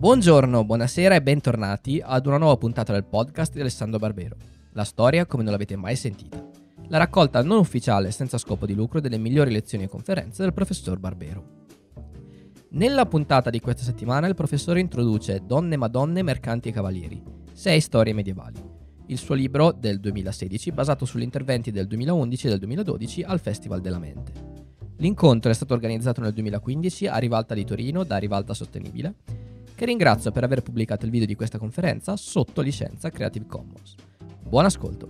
Buongiorno, buonasera e bentornati ad una nuova puntata del podcast di Alessandro Barbero. La storia come non l'avete mai sentita. La raccolta non ufficiale senza scopo di lucro delle migliori lezioni e conferenze del professor Barbero. Nella puntata di questa settimana il professore introduce Donne, Madonne, Mercanti e Cavalieri, 6 storie medievali. Il suo libro del 2016 basato sugli interventi del 2011 e del 2012 al Festival della Mente. L'incontro è stato organizzato nel 2015 a Rivalta di Torino da Rivalta Sostenibile, che ringrazio per aver pubblicato il video di questa conferenza sotto licenza Creative Commons. Buon ascolto!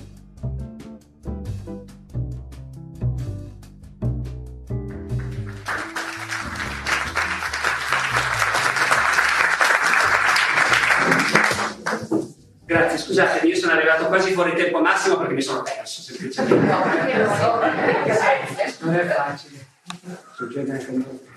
Grazie, scusate, io sono arrivato quasi fuori tempo massimo perché mi sono perso, semplicemente. Non è facile. Succede anche a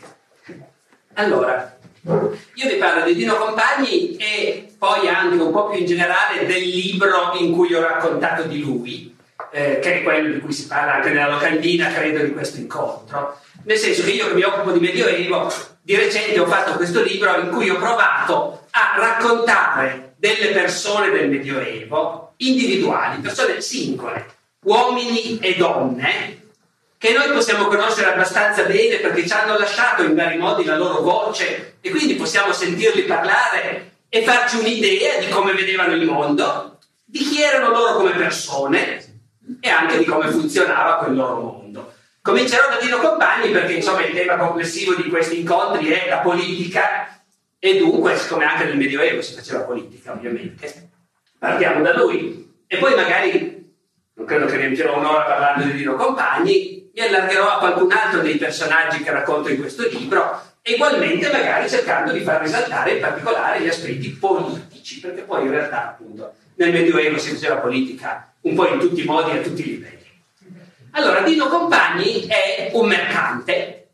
me. Allora, io vi parlo di Dino Compagni e poi anche un po' più in generale del libro in cui ho raccontato di lui, che è quello di cui si parla anche nella locandina, credo, di questo incontro. Nel senso che io che mi occupo di Medioevo, di recente ho fatto questo libro in cui ho provato a raccontare delle persone del Medioevo, individuali, persone singole, uomini e donne, che noi possiamo conoscere abbastanza bene perché ci hanno lasciato in vari modi la loro voce e quindi possiamo sentirli parlare e farci un'idea di come vedevano il mondo, di chi erano loro come persone e anche di come funzionava quel loro mondo. Comincerò da Dino Compagni perché insomma il tema complessivo di questi incontri è la politica e dunque, siccome anche nel Medioevo si faceva politica ovviamente, partiamo da lui e poi magari, non credo che riempirò un'ora parlando di Dino Compagni, mi allargherò a qualcun altro dei personaggi che racconto in questo libro e ugualmente magari cercando di far risaltare in particolare gli aspetti politici, perché poi in realtà appunto nel Medioevo si faceva politica un po' in tutti i modi e a tutti i livelli. Allora, Dino Compagni è un mercante,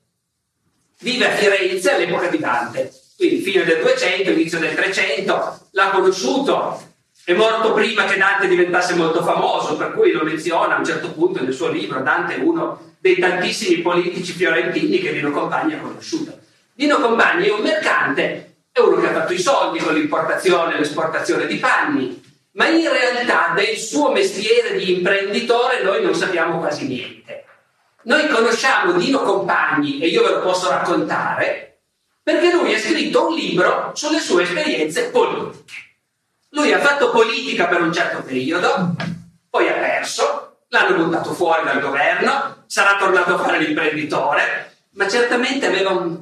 vive a Firenze all'epoca di Dante, quindi fine del 200, inizio del 300, l'ha conosciuto. È morto prima che Dante diventasse molto famoso, per cui lo menziona a un certo punto nel suo libro. Dante è uno dei tantissimi politici fiorentini che Dino Compagni ha conosciuto. Dino Compagni è un mercante, è uno che ha fatto i soldi con l'importazione e l'esportazione di panni, ma in realtà del suo mestiere di imprenditore noi non sappiamo quasi niente. Noi conosciamo Dino Compagni, e io ve lo posso raccontare, perché lui ha scritto un libro sulle sue esperienze politiche. Lui ha fatto politica per un certo periodo, poi ha perso, l'hanno buttato fuori dal governo, sarà tornato a fare l'imprenditore, ma certamente aveva un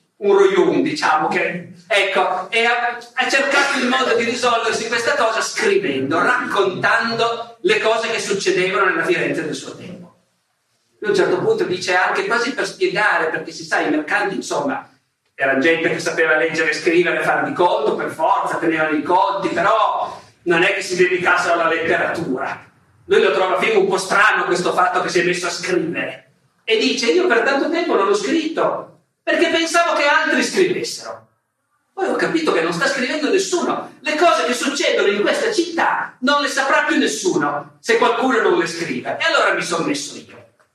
roium, diciamo, che, ecco, e ha cercato il modo di risolversi questa cosa scrivendo, raccontando le cose che succedevano nella Firenze del suo tempo. Lui a un certo punto dice anche, quasi per spiegare, perché si sa, i mercanti, insomma, era gente che sapeva leggere e scrivere, fare di conto per forza, tenevano i conti, però non è che si dedicassero alla letteratura. Lui lo trova film un po' strano questo fatto che si è messo a scrivere e dice, io per tanto tempo non ho scritto perché pensavo che altri scrivessero, poi ho capito che non sta scrivendo nessuno, le cose che succedono in questa città non le saprà più nessuno se qualcuno non le scrive, e allora mi sono messo io.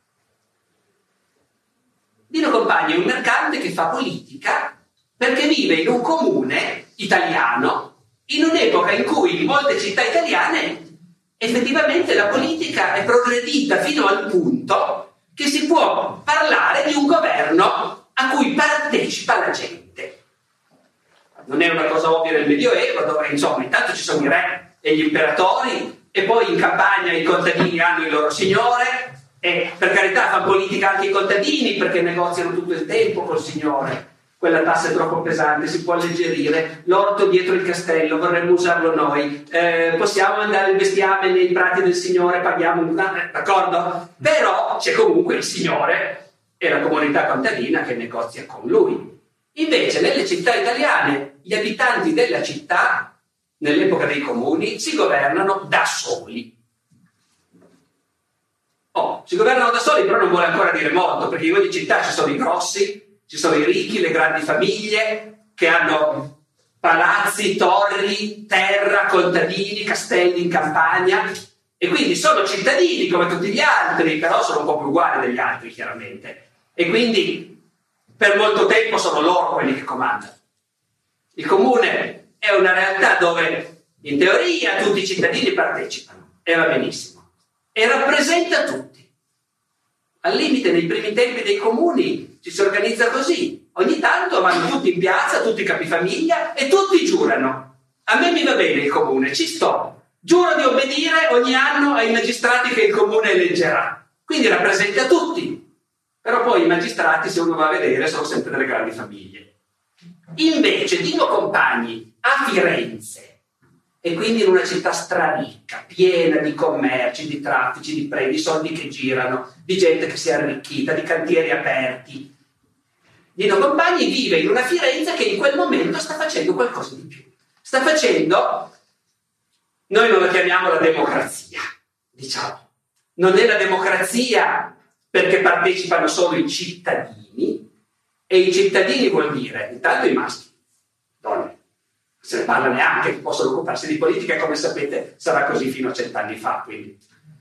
Dino Compagni è un mercante che fa politica perché vive in un comune italiano in un'epoca in cui in molte città italiane effettivamente la politica è progredita fino al punto che si può parlare di un governo a cui partecipa la gente. Non è una cosa ovvia nel Medioevo, dove insomma intanto ci sono i re e gli imperatori e poi in campagna i contadini hanno il loro signore. E per carità fanno politica anche i contadini perché negoziano tutto il tempo col signore. Quella tassa è troppo pesante, si può alleggerire, l'orto dietro il castello, vorremmo usarlo noi, possiamo andare il bestiame nei prati del signore, paghiamo d'accordo? Però c'è comunque il signore e la comunità contadina che negozia con lui. Invece nelle città italiane gli abitanti della città, nell'epoca dei comuni, si governano da soli. Si governano da soli, però non vuole ancora dire molto, perché in ogni città ci sono i grossi, ci sono i ricchi, le grandi famiglie che hanno palazzi, torri, terra, contadini, castelli in campagna e quindi sono cittadini come tutti gli altri, però sono un po' più uguali degli altri chiaramente e quindi per molto tempo sono loro quelli che comandano. Il comune è una realtà dove in teoria tutti i cittadini partecipano, e va benissimo, e rappresenta tutti. Al limite, nei primi tempi dei comuni ci si organizza così. Ogni tanto vanno tutti in piazza, tutti i capifamiglia, e tutti giurano. A me mi va bene il comune, ci sto. Giuro di obbedire ogni anno ai magistrati che il comune eleggerà. Quindi rappresenta tutti. Però poi i magistrati, se uno va a vedere, sono sempre delle grandi famiglie. Invece Dino Compagni a Firenze, e quindi in una città straricca, piena di commerci, di traffici, di premi, di soldi che girano, di gente che si è arricchita, di cantieri aperti. Dino Compagni vive in una Firenze che in quel momento sta facendo qualcosa di più. Sta facendo, noi non la chiamiamo la democrazia, diciamo. Non è la democrazia perché partecipano solo i cittadini, e i cittadini vuol dire intanto i maschi, donne. Se ne parla neanche che possono occuparsi di politica, come sapete sarà così fino a 100 anni fa. Quindi.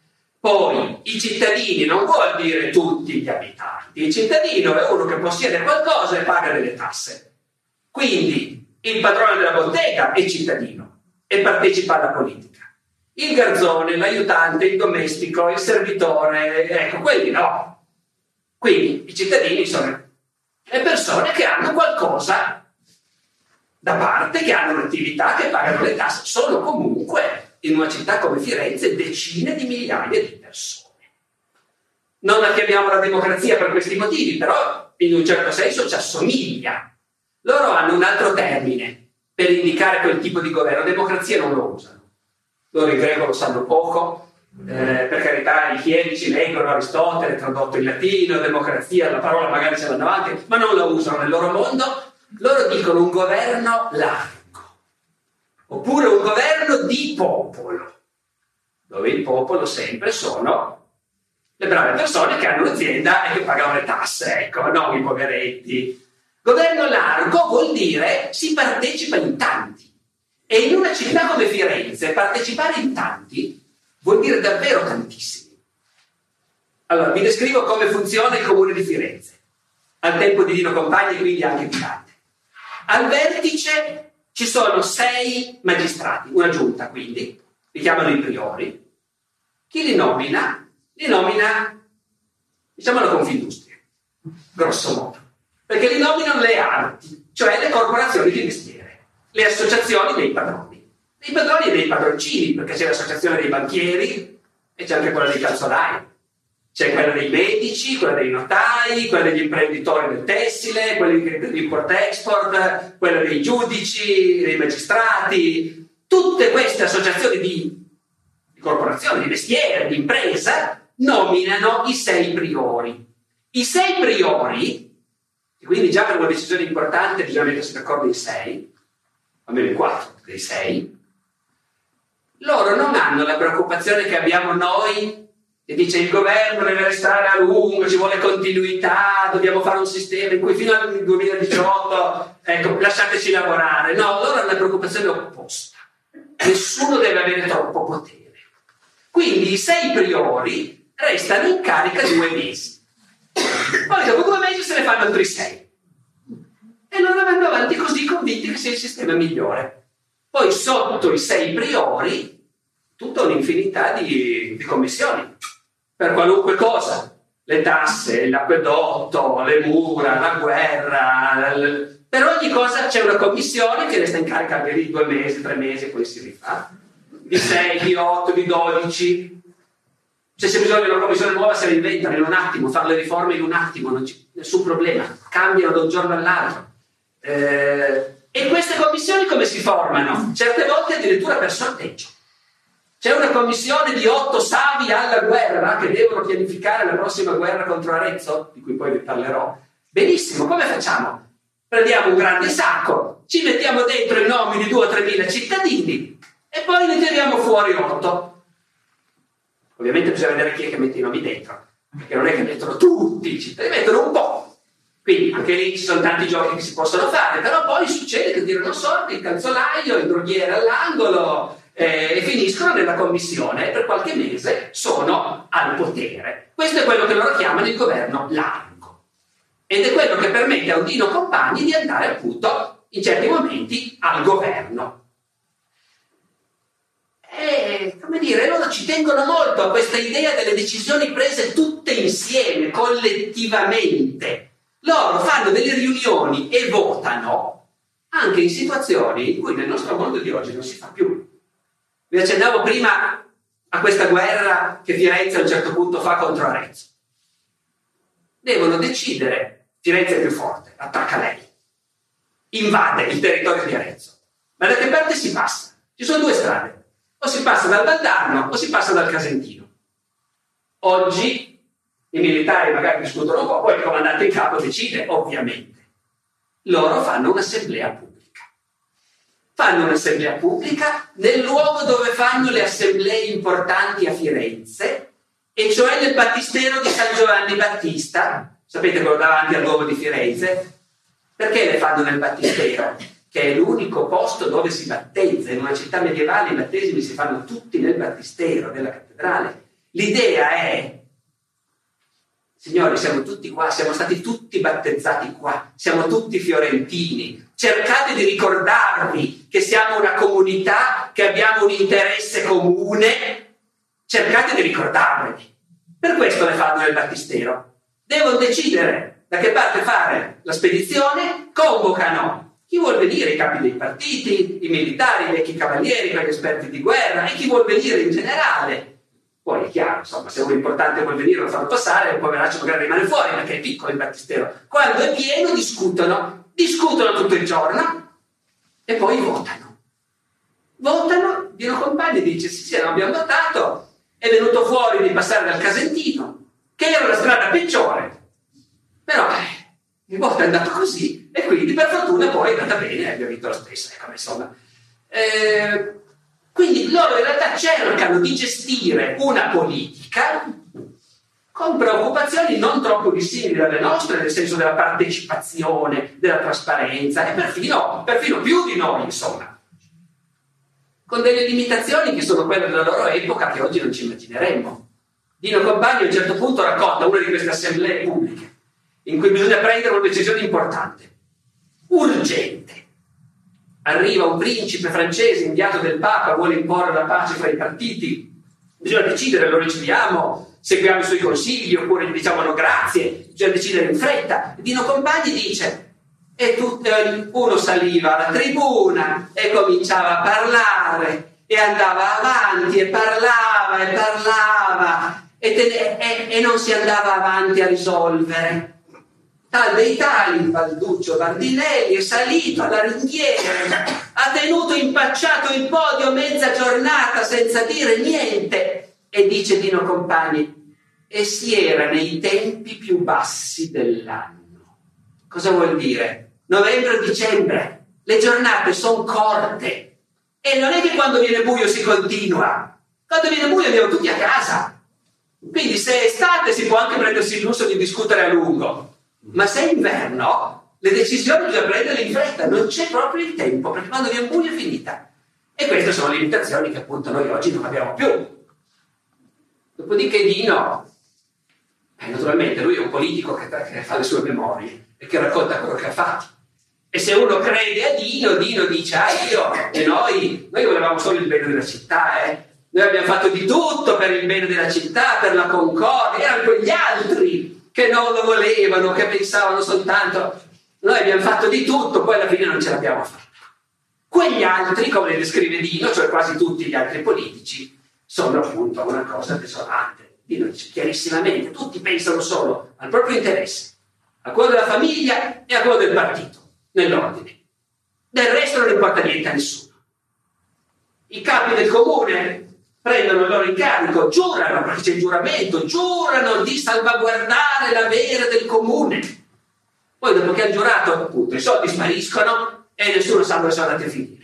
Poi i cittadini non vuol dire tutti gli abitanti, il cittadino è uno che possiede qualcosa e paga delle tasse. Quindi il padrone della bottega è cittadino e partecipa alla politica. Il garzone, l'aiutante, il domestico, il servitore, ecco, quelli no. Quindi i cittadini sono le persone che hanno qualcosa da parte, che hanno un'attività, che pagano le tasse. Sono comunque, in una città come Firenze, decine di migliaia di persone. Non la chiamiamo la democrazia per questi motivi, però in un certo senso ci assomiglia. Loro hanno un altro termine per indicare quel tipo di governo. Democrazia non lo usano. Loro in greco lo sanno poco, per carità i chierici leggono Aristotele tradotto in latino, democrazia, la parola magari ce l'hanno davanti, ma non la usano nel loro mondo. Loro dicono un governo largo, oppure un governo di popolo, dove il popolo sempre sono le brave persone che hanno un'azienda e che pagano le tasse, ecco, non i poveretti. Governo largo vuol dire si partecipa in tanti. E in una città come Firenze partecipare in tanti vuol dire davvero tantissimi. Allora, vi descrivo come funziona il comune di Firenze, al tempo di Dino Compagni, quindi anche di Dante. Al vertice ci sono 6 magistrati, una giunta quindi, li chiamano i priori. Chi li nomina? Li nomina, diciamo, la Confindustria, grosso modo, perché li nominano le arti, cioè le corporazioni di mestiere, le associazioni dei padroni e dei padroncini, perché c'è l'associazione dei banchieri e c'è anche quella dei calzolai. C'è quella dei medici, quella dei notai, quella degli imprenditori del tessile, quella dell'import-export, quella dei giudici, dei magistrati. Tutte queste associazioni di corporazioni, di mestiere, di impresa, nominano i 6 priori. I 6 priori, e quindi già per una decisione importante bisogna mettersi d'accordo in 6, almeno in 4 dei 6, loro non hanno la preoccupazione che abbiamo noi, e dice il governo deve restare a lungo, ci vuole continuità, dobbiamo fare un sistema in cui fino al 2018, ecco, lasciateci lavorare. No, loro hanno una preoccupazione opposta. Nessuno deve avere troppo potere. Quindi i 6 priori restano in carica 2 mesi. Poi dopo 2 mesi se ne fanno altri 6. E loro vanno avanti così convinti che sia il sistema migliore. Poi sotto i 6 priori tutta un'infinità di commissioni per qualunque cosa, le tasse, l'acquedotto, le mura, la guerra, per ogni cosa c'è una commissione che resta in carica anche di 2 mesi, 3 mesi e poi si rifà, di 6, di 8, di 12. Se c'è bisogno di una commissione nuova se la inventano in un attimo, fare le riforme in un attimo, non c'è nessun problema, cambiano da un giorno all'altro. E queste commissioni come si formano? Certe volte addirittura per sorteggio. C'è una commissione di 8 savi alla guerra che devono pianificare la prossima guerra contro Arezzo, di cui poi vi parlerò. Benissimo, come facciamo? Prendiamo un grande sacco, ci mettiamo dentro i nomi di 2 o 3 mila cittadini e poi ne tiriamo fuori 8. Ovviamente bisogna vedere chi è che mette i nomi dentro, perché non è che mettono tutti i cittadini, mettono un po'. Quindi anche lì ci sono tanti giochi che si possono fare, però poi succede che tirano sorti il calzolaio, il droghiere all'angolo, e finiscono nella commissione e per qualche mese sono al potere. Questo è quello che loro chiamano il governo largo ed è quello che permette a un Dino Compagni di andare appunto in certi momenti al governo. E, come dire, loro ci tengono molto a questa idea delle decisioni prese tutte insieme, collettivamente. Loro fanno delle riunioni e votano anche in situazioni in cui nel nostro mondo di oggi non si fa più. Vi accennavo prima a questa guerra che Firenze a un certo punto fa contro Arezzo. Devono decidere, Firenze è più forte, attacca lei, invade il territorio di Arezzo. Ma da che parte si passa? Ci sono due strade. O si passa dal Valdarno o si passa dal Casentino. Oggi i militari magari discutono un po', poi il comandante in capo decide, ovviamente. Loro fanno un'assemblea pubblica. Fanno un'assemblea pubblica nel luogo dove fanno le assemblee importanti a Firenze, e cioè nel battistero di San Giovanni Battista. Sapete quello davanti al Duomo di Firenze? Perché le fanno nel battistero? Che è l'unico posto dove si battezza. In una città medievale i battesimi si fanno tutti nel battistero della cattedrale. L'idea è: signori, siamo tutti qua, siamo stati tutti battezzati qua, siamo tutti fiorentini. Cercate di ricordarvi che siamo una comunità, che abbiamo un interesse comune. Cercate di ricordarveli. Per questo le fanno nel battistero. Devono decidere da che parte fare la spedizione, convocano chi vuol venire, i capi dei partiti, i militari, i vecchi cavalieri, gli esperti di guerra, e chi vuol venire in generale. Poi è chiaro, insomma, se uno importante vuol venire lo fanno passare, un poveraccio magari rimane fuori perché è piccolo il battistero. Quando è pieno discutono tutto il giorno e poi votano. Dino Compagni dice: sì, non abbiamo votato, è venuto fuori di passare dal Casentino, che era la strada peggiore, però il voto è andato così, e quindi per fortuna poi è andata bene e abbiamo vinto lo stesso. Ecco, insomma. Quindi loro in realtà cercano di gestire una politica con preoccupazioni non troppo dissimili dalle nostre, nel senso della partecipazione, della trasparenza, e perfino più di noi, insomma, con delle limitazioni che sono quelle della loro epoca che oggi non ci immagineremmo. Dino Compagni a un certo punto racconta una di queste assemblee pubbliche in cui bisogna prendere una decisione importante, urgente. Arriva un principe francese inviato del Papa, vuole imporre la pace fra i partiti, bisogna decidere, lo riceviamo, seguiamo i suoi consigli oppure gli diciamo no grazie, bisogna decidere in fretta. Dino Compagni dice, uno saliva alla tribuna e cominciava a parlare e andava avanti e parlava e non si andava avanti a risolvere. Tal dei tali, Balduccio Bandinelli è salito alla ringhiera, ha tenuto impacciato il podio mezza giornata senza dire niente, e dice Dino Compagni, e si era nei tempi più bassi dell'anno. Cosa vuol dire? Novembre o dicembre, le giornate sono corte, e non è che quando viene buio si continua, quando viene buio andiamo tutti a casa, quindi se è estate si può anche prendersi il lusso di discutere a lungo. Ma se è inverno, le decisioni bisogna prenderle in fretta, non c'è proprio il tempo, perché quando viene buio è finita. E queste sono limitazioni che appunto noi oggi non abbiamo più. Dopodiché Dino, naturalmente lui è un politico che fa le sue memorie e che racconta quello che ha fatto. E se uno crede a Dino dice, noi volevamo solo il bene della città, Noi abbiamo fatto di tutto per il bene della città, per la concordia, erano quegli altri che non lo volevano, che pensavano soltanto, noi abbiamo fatto di tutto, poi alla fine non ce l'abbiamo fatta. Quegli altri, come le descrive Dino, cioè quasi tutti gli altri politici, sono appunto una cosa desolante. Dino dice chiarissimamente, tutti pensano solo al proprio interesse, a quello della famiglia e a quello del partito, nell'ordine. Del resto non importa niente a nessuno. I capi del comune prendono il loro incarico, giurano, perché c'è il giuramento, giurano di salvaguardare l'avere del comune. Poi dopo che hanno giurato, appunto, i soldi spariscono e nessuno sa dove sono andati a finire.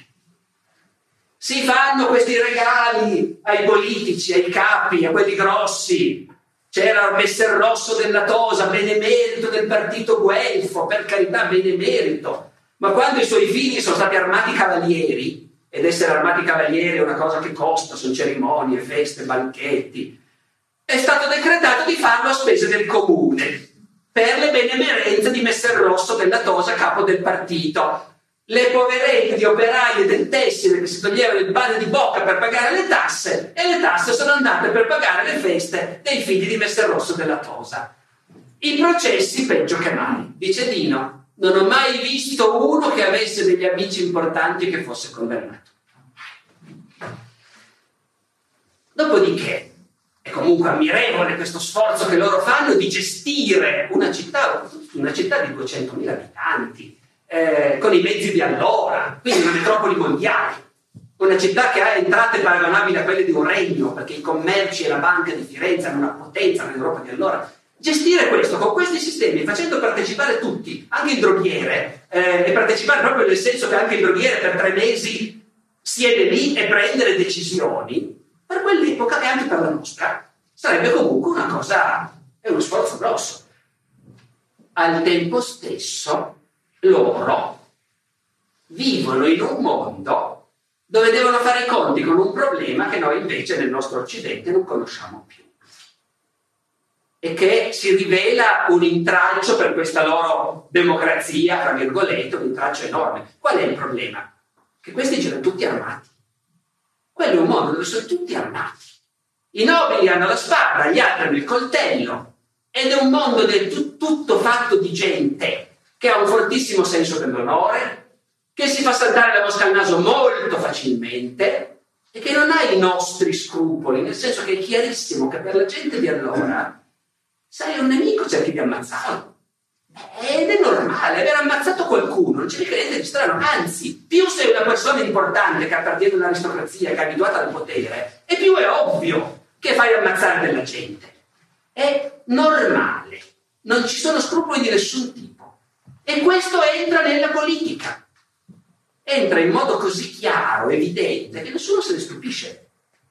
Si fanno questi regali ai politici, ai capi, a quelli grossi. C'era Messer Rosso della Tosa, benemerito del partito guelfo, per carità, benemerito. Ma quando i suoi figli sono stati armati cavalieri, ed essere armati cavalieri è una cosa che costa, sono cerimonie, feste, banchetti, è stato decretato di farlo a spese del comune per le benemerenze di Messer Rosso della Tosa, capo del partito. le poverette di operaie del tessile che si toglievano il pane di bocca per pagare le tasse, e le tasse sono andate per pagare le feste dei figli di Messer Rosso della Tosa. I processi peggio che mai. Dice Dino, non ho mai visto uno che avesse degli amici importanti e che fosse condannato. Dopodiché è comunque ammirevole questo sforzo che loro fanno di gestire una città di 200.000 abitanti, con i mezzi di allora, quindi una metropoli mondiale, una città che ha entrate paragonabili a quelle di un regno, perché i commerci e la banca di Firenze hanno una potenza nell'Europa di allora. Gestire questo con questi sistemi, facendo partecipare tutti, anche il droghiere, e partecipare proprio nel senso che anche il droghiere per 3 mesi siede lì e prendere decisioni, per quell'epoca e anche per la nostra, sarebbe comunque una cosa, è uno sforzo grosso. Al tempo stesso, loro vivono in un mondo dove devono fare i conti con un problema che noi invece nel nostro Occidente non conosciamo più, e che si rivela un intralcio per questa loro democrazia, tra virgolette, un intralcio enorme. Qual è il problema? Che questi c'erano tutti armati. Quello è un mondo dove sono tutti armati. I nobili hanno la spada, gli altri hanno il coltello, ed è un mondo tutto fatto di gente che ha un fortissimo senso dell'onore, che si fa saltare la mosca al naso molto facilmente e che non ha i nostri scrupoli, nel senso che è chiarissimo che per la gente di allora, sai, un nemico cerchi di ammazzarlo. Ed è normale, aver ammazzato qualcuno non c'è mica niente di strano, anzi, più sei una persona importante che appartiene all'aristocrazia, che è abituata al potere, e più è ovvio che fai ammazzare della gente. È normale, non ci sono scrupoli di nessun tipo. E questo entra nella politica. Entra in modo così chiaro, evidente, che nessuno se ne stupisce.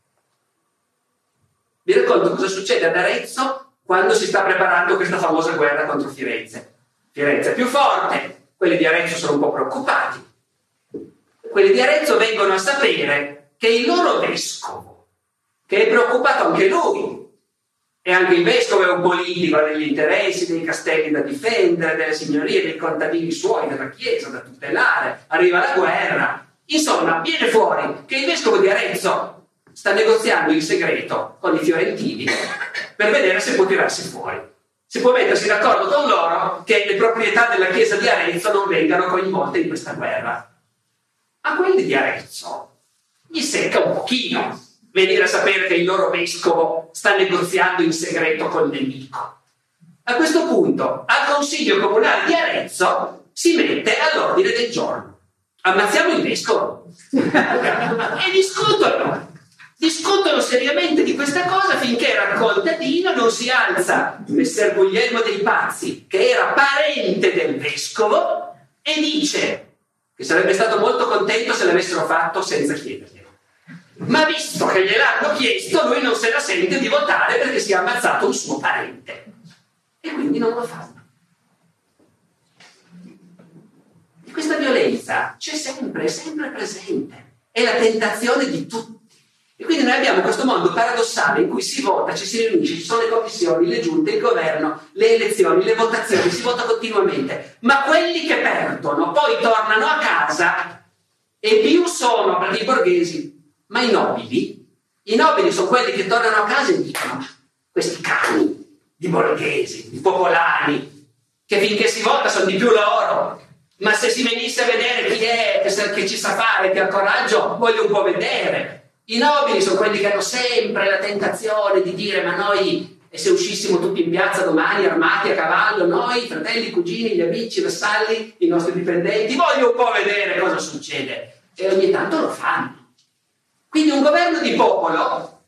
Vi racconto cosa succede ad Arezzo quando si sta preparando questa famosa guerra contro Firenze. Firenze è più forte, quelli di Arezzo sono un po' preoccupati. Quelli di Arezzo vengono a sapere che il loro vescovo, che è preoccupato anche lui, e anche il vescovo è un politico, ha degli interessi, dei castelli da difendere, delle signorie, dei contadini suoi, della chiesa da tutelare, arriva la guerra. Insomma, viene fuori che il vescovo di Arezzo sta negoziando in segreto con i fiorentini per vedere se può tirarsi fuori. Si può mettersi d'accordo con loro che le proprietà della chiesa di Arezzo non vengano coinvolte in questa guerra. A quelli di Arezzo gli secca un pochino venire a sapere che il loro vescovo sta negoziando in segreto col nemico. A questo punto, al Consiglio Comunale di Arezzo si mette all'ordine del giorno: ammazziamo il vescovo. E discutono seriamente di questa cosa finché, racconta Dino, non si alza Messer Guglielmo dei Pazzi, che era parente del vescovo, e dice che sarebbe stato molto contento se l'avessero fatto senza chiederglielo. Ma visto che gliel'hanno chiesto, lui non se la sente di votare perché si è ammazzato un suo parente. E quindi non lo fanno. E questa violenza c'è sempre, è sempre presente. È la tentazione di tutti. E quindi noi abbiamo questo mondo paradossale in cui si vota, ci si riunisce, ci sono le commissioni, le giunte, il governo, le elezioni, le votazioni, si vota continuamente. Ma quelli che perdono poi tornano a casa e più sono, perché i borghesi, ma i nobili sono quelli che tornano a casa e dicono: questi cani di borghesi, di popolani, che finché si vota sono di più loro, ma se si venisse a vedere chi è, che ci sa fare, che ha coraggio, voglio un po' vedere. I nobili sono quelli che hanno sempre la tentazione di dire: ma noi, e se uscissimo tutti in piazza domani armati a cavallo, noi, fratelli, cugini, gli amici, i vassalli, i nostri dipendenti, voglio un po' vedere cosa succede. E ogni tanto lo fanno. Quindi un governo di popolo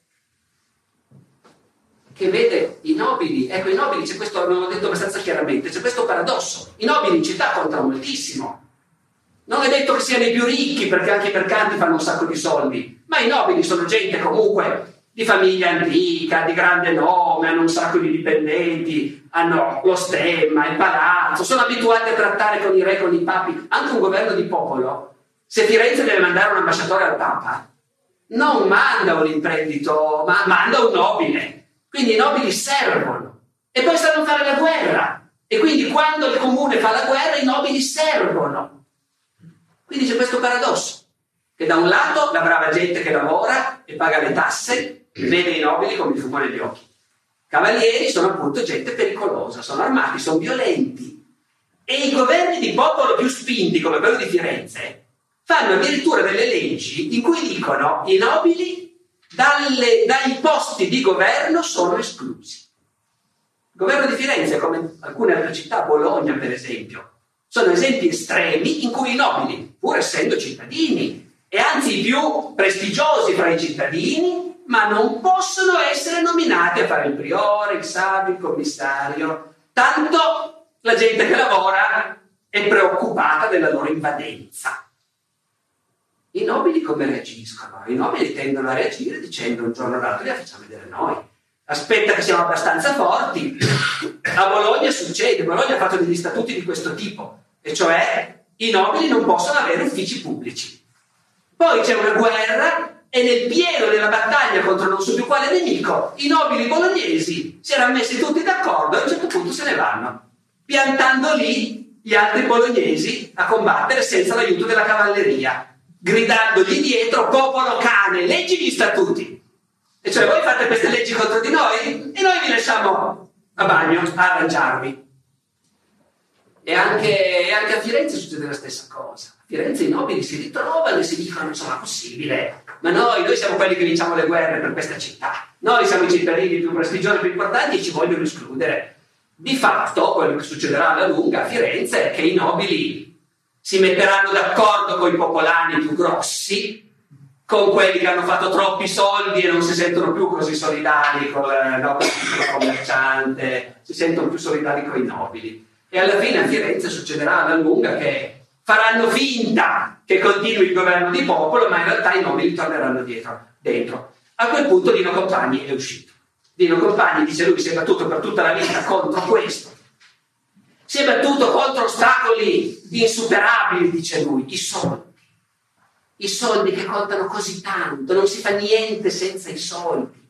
che vede i nobili, ecco, i nobili, c'è questo, non l'ho detto abbastanza chiaramente, c'è questo paradosso: i nobili in città contano moltissimo. Non è detto che siano i più ricchi, perché anche i mercanti fanno un sacco di soldi, ma i nobili sono gente comunque di famiglia antica, di grande nome, hanno un sacco di dipendenti, hanno lo stemma, il palazzo, sono abituati a trattare con i re, con i papi. Anche un governo di popolo, se Firenze deve mandare un ambasciatore al Papa, non manda un imprenditore, ma manda un nobile. Quindi i nobili servono e poi sanno fare la guerra, e quindi quando il comune fa la guerra i nobili servono. Quindi c'è questo paradosso, che da un lato la brava gente che lavora e paga le tasse vede i nobili come il fumo negli occhi. Cavalieri sono appunto gente pericolosa, sono armati, sono violenti. E i governi di popolo più spinti, come quello di Firenze, fanno addirittura delle leggi in cui dicono i nobili dai posti di governo sono esclusi. Il governo di Firenze, come alcune altre città, Bologna per esempio, sono esempi estremi in cui i nobili, pur essendo cittadini, e anzi i più prestigiosi fra i cittadini, ma non possono essere nominati a fare il priore, il savio, il commissario. Tanto la gente che lavora è preoccupata della loro invadenza. I nobili come reagiscono? I nobili tendono a reagire dicendo un giorno o l'altro li facciamo vedere noi. Aspetta che siamo abbastanza forti. A Bologna succede, Bologna ha fatto degli statuti di questo tipo, e cioè i nobili non possono avere uffici pubblici. Poi c'è una guerra e nel pieno della battaglia contro non so più quale nemico, i nobili bolognesi si erano messi tutti d'accordo e a un certo punto se ne vanno, piantando lì gli altri bolognesi a combattere senza l'aiuto della cavalleria, gridandogli dietro: popolo cane, leggi gli statuti. E cioè voi fate queste leggi contro di noi e noi vi lasciamo a bagno a arrangiarvi. E anche a Firenze succede la stessa cosa. A Firenze i nobili si ritrovano e si dicono: non sarà possibile, ma noi siamo quelli che vinciamo le guerre per questa città, noi siamo i cittadini più prestigiosi, più importanti, e ci vogliono escludere. Di fatto quello che succederà alla lunga a Firenze è che i nobili si metteranno d'accordo con i popolani più grossi, con quelli che hanno fatto troppi soldi e non si sentono più così solidali con il commerciante, si sentono più solidali con i nobili. E alla fine a Firenze succederà alla lunga che faranno finta che continui il governo di popolo, ma in realtà i nobili torneranno dentro. A quel punto Dino Compagni è uscito. Dino Compagni dice: lui si è battuto per tutta la vita contro questo. Si è battuto contro ostacoli insuperabili, dice lui, i soldi. I soldi che contano così tanto, non si fa niente senza i soldi.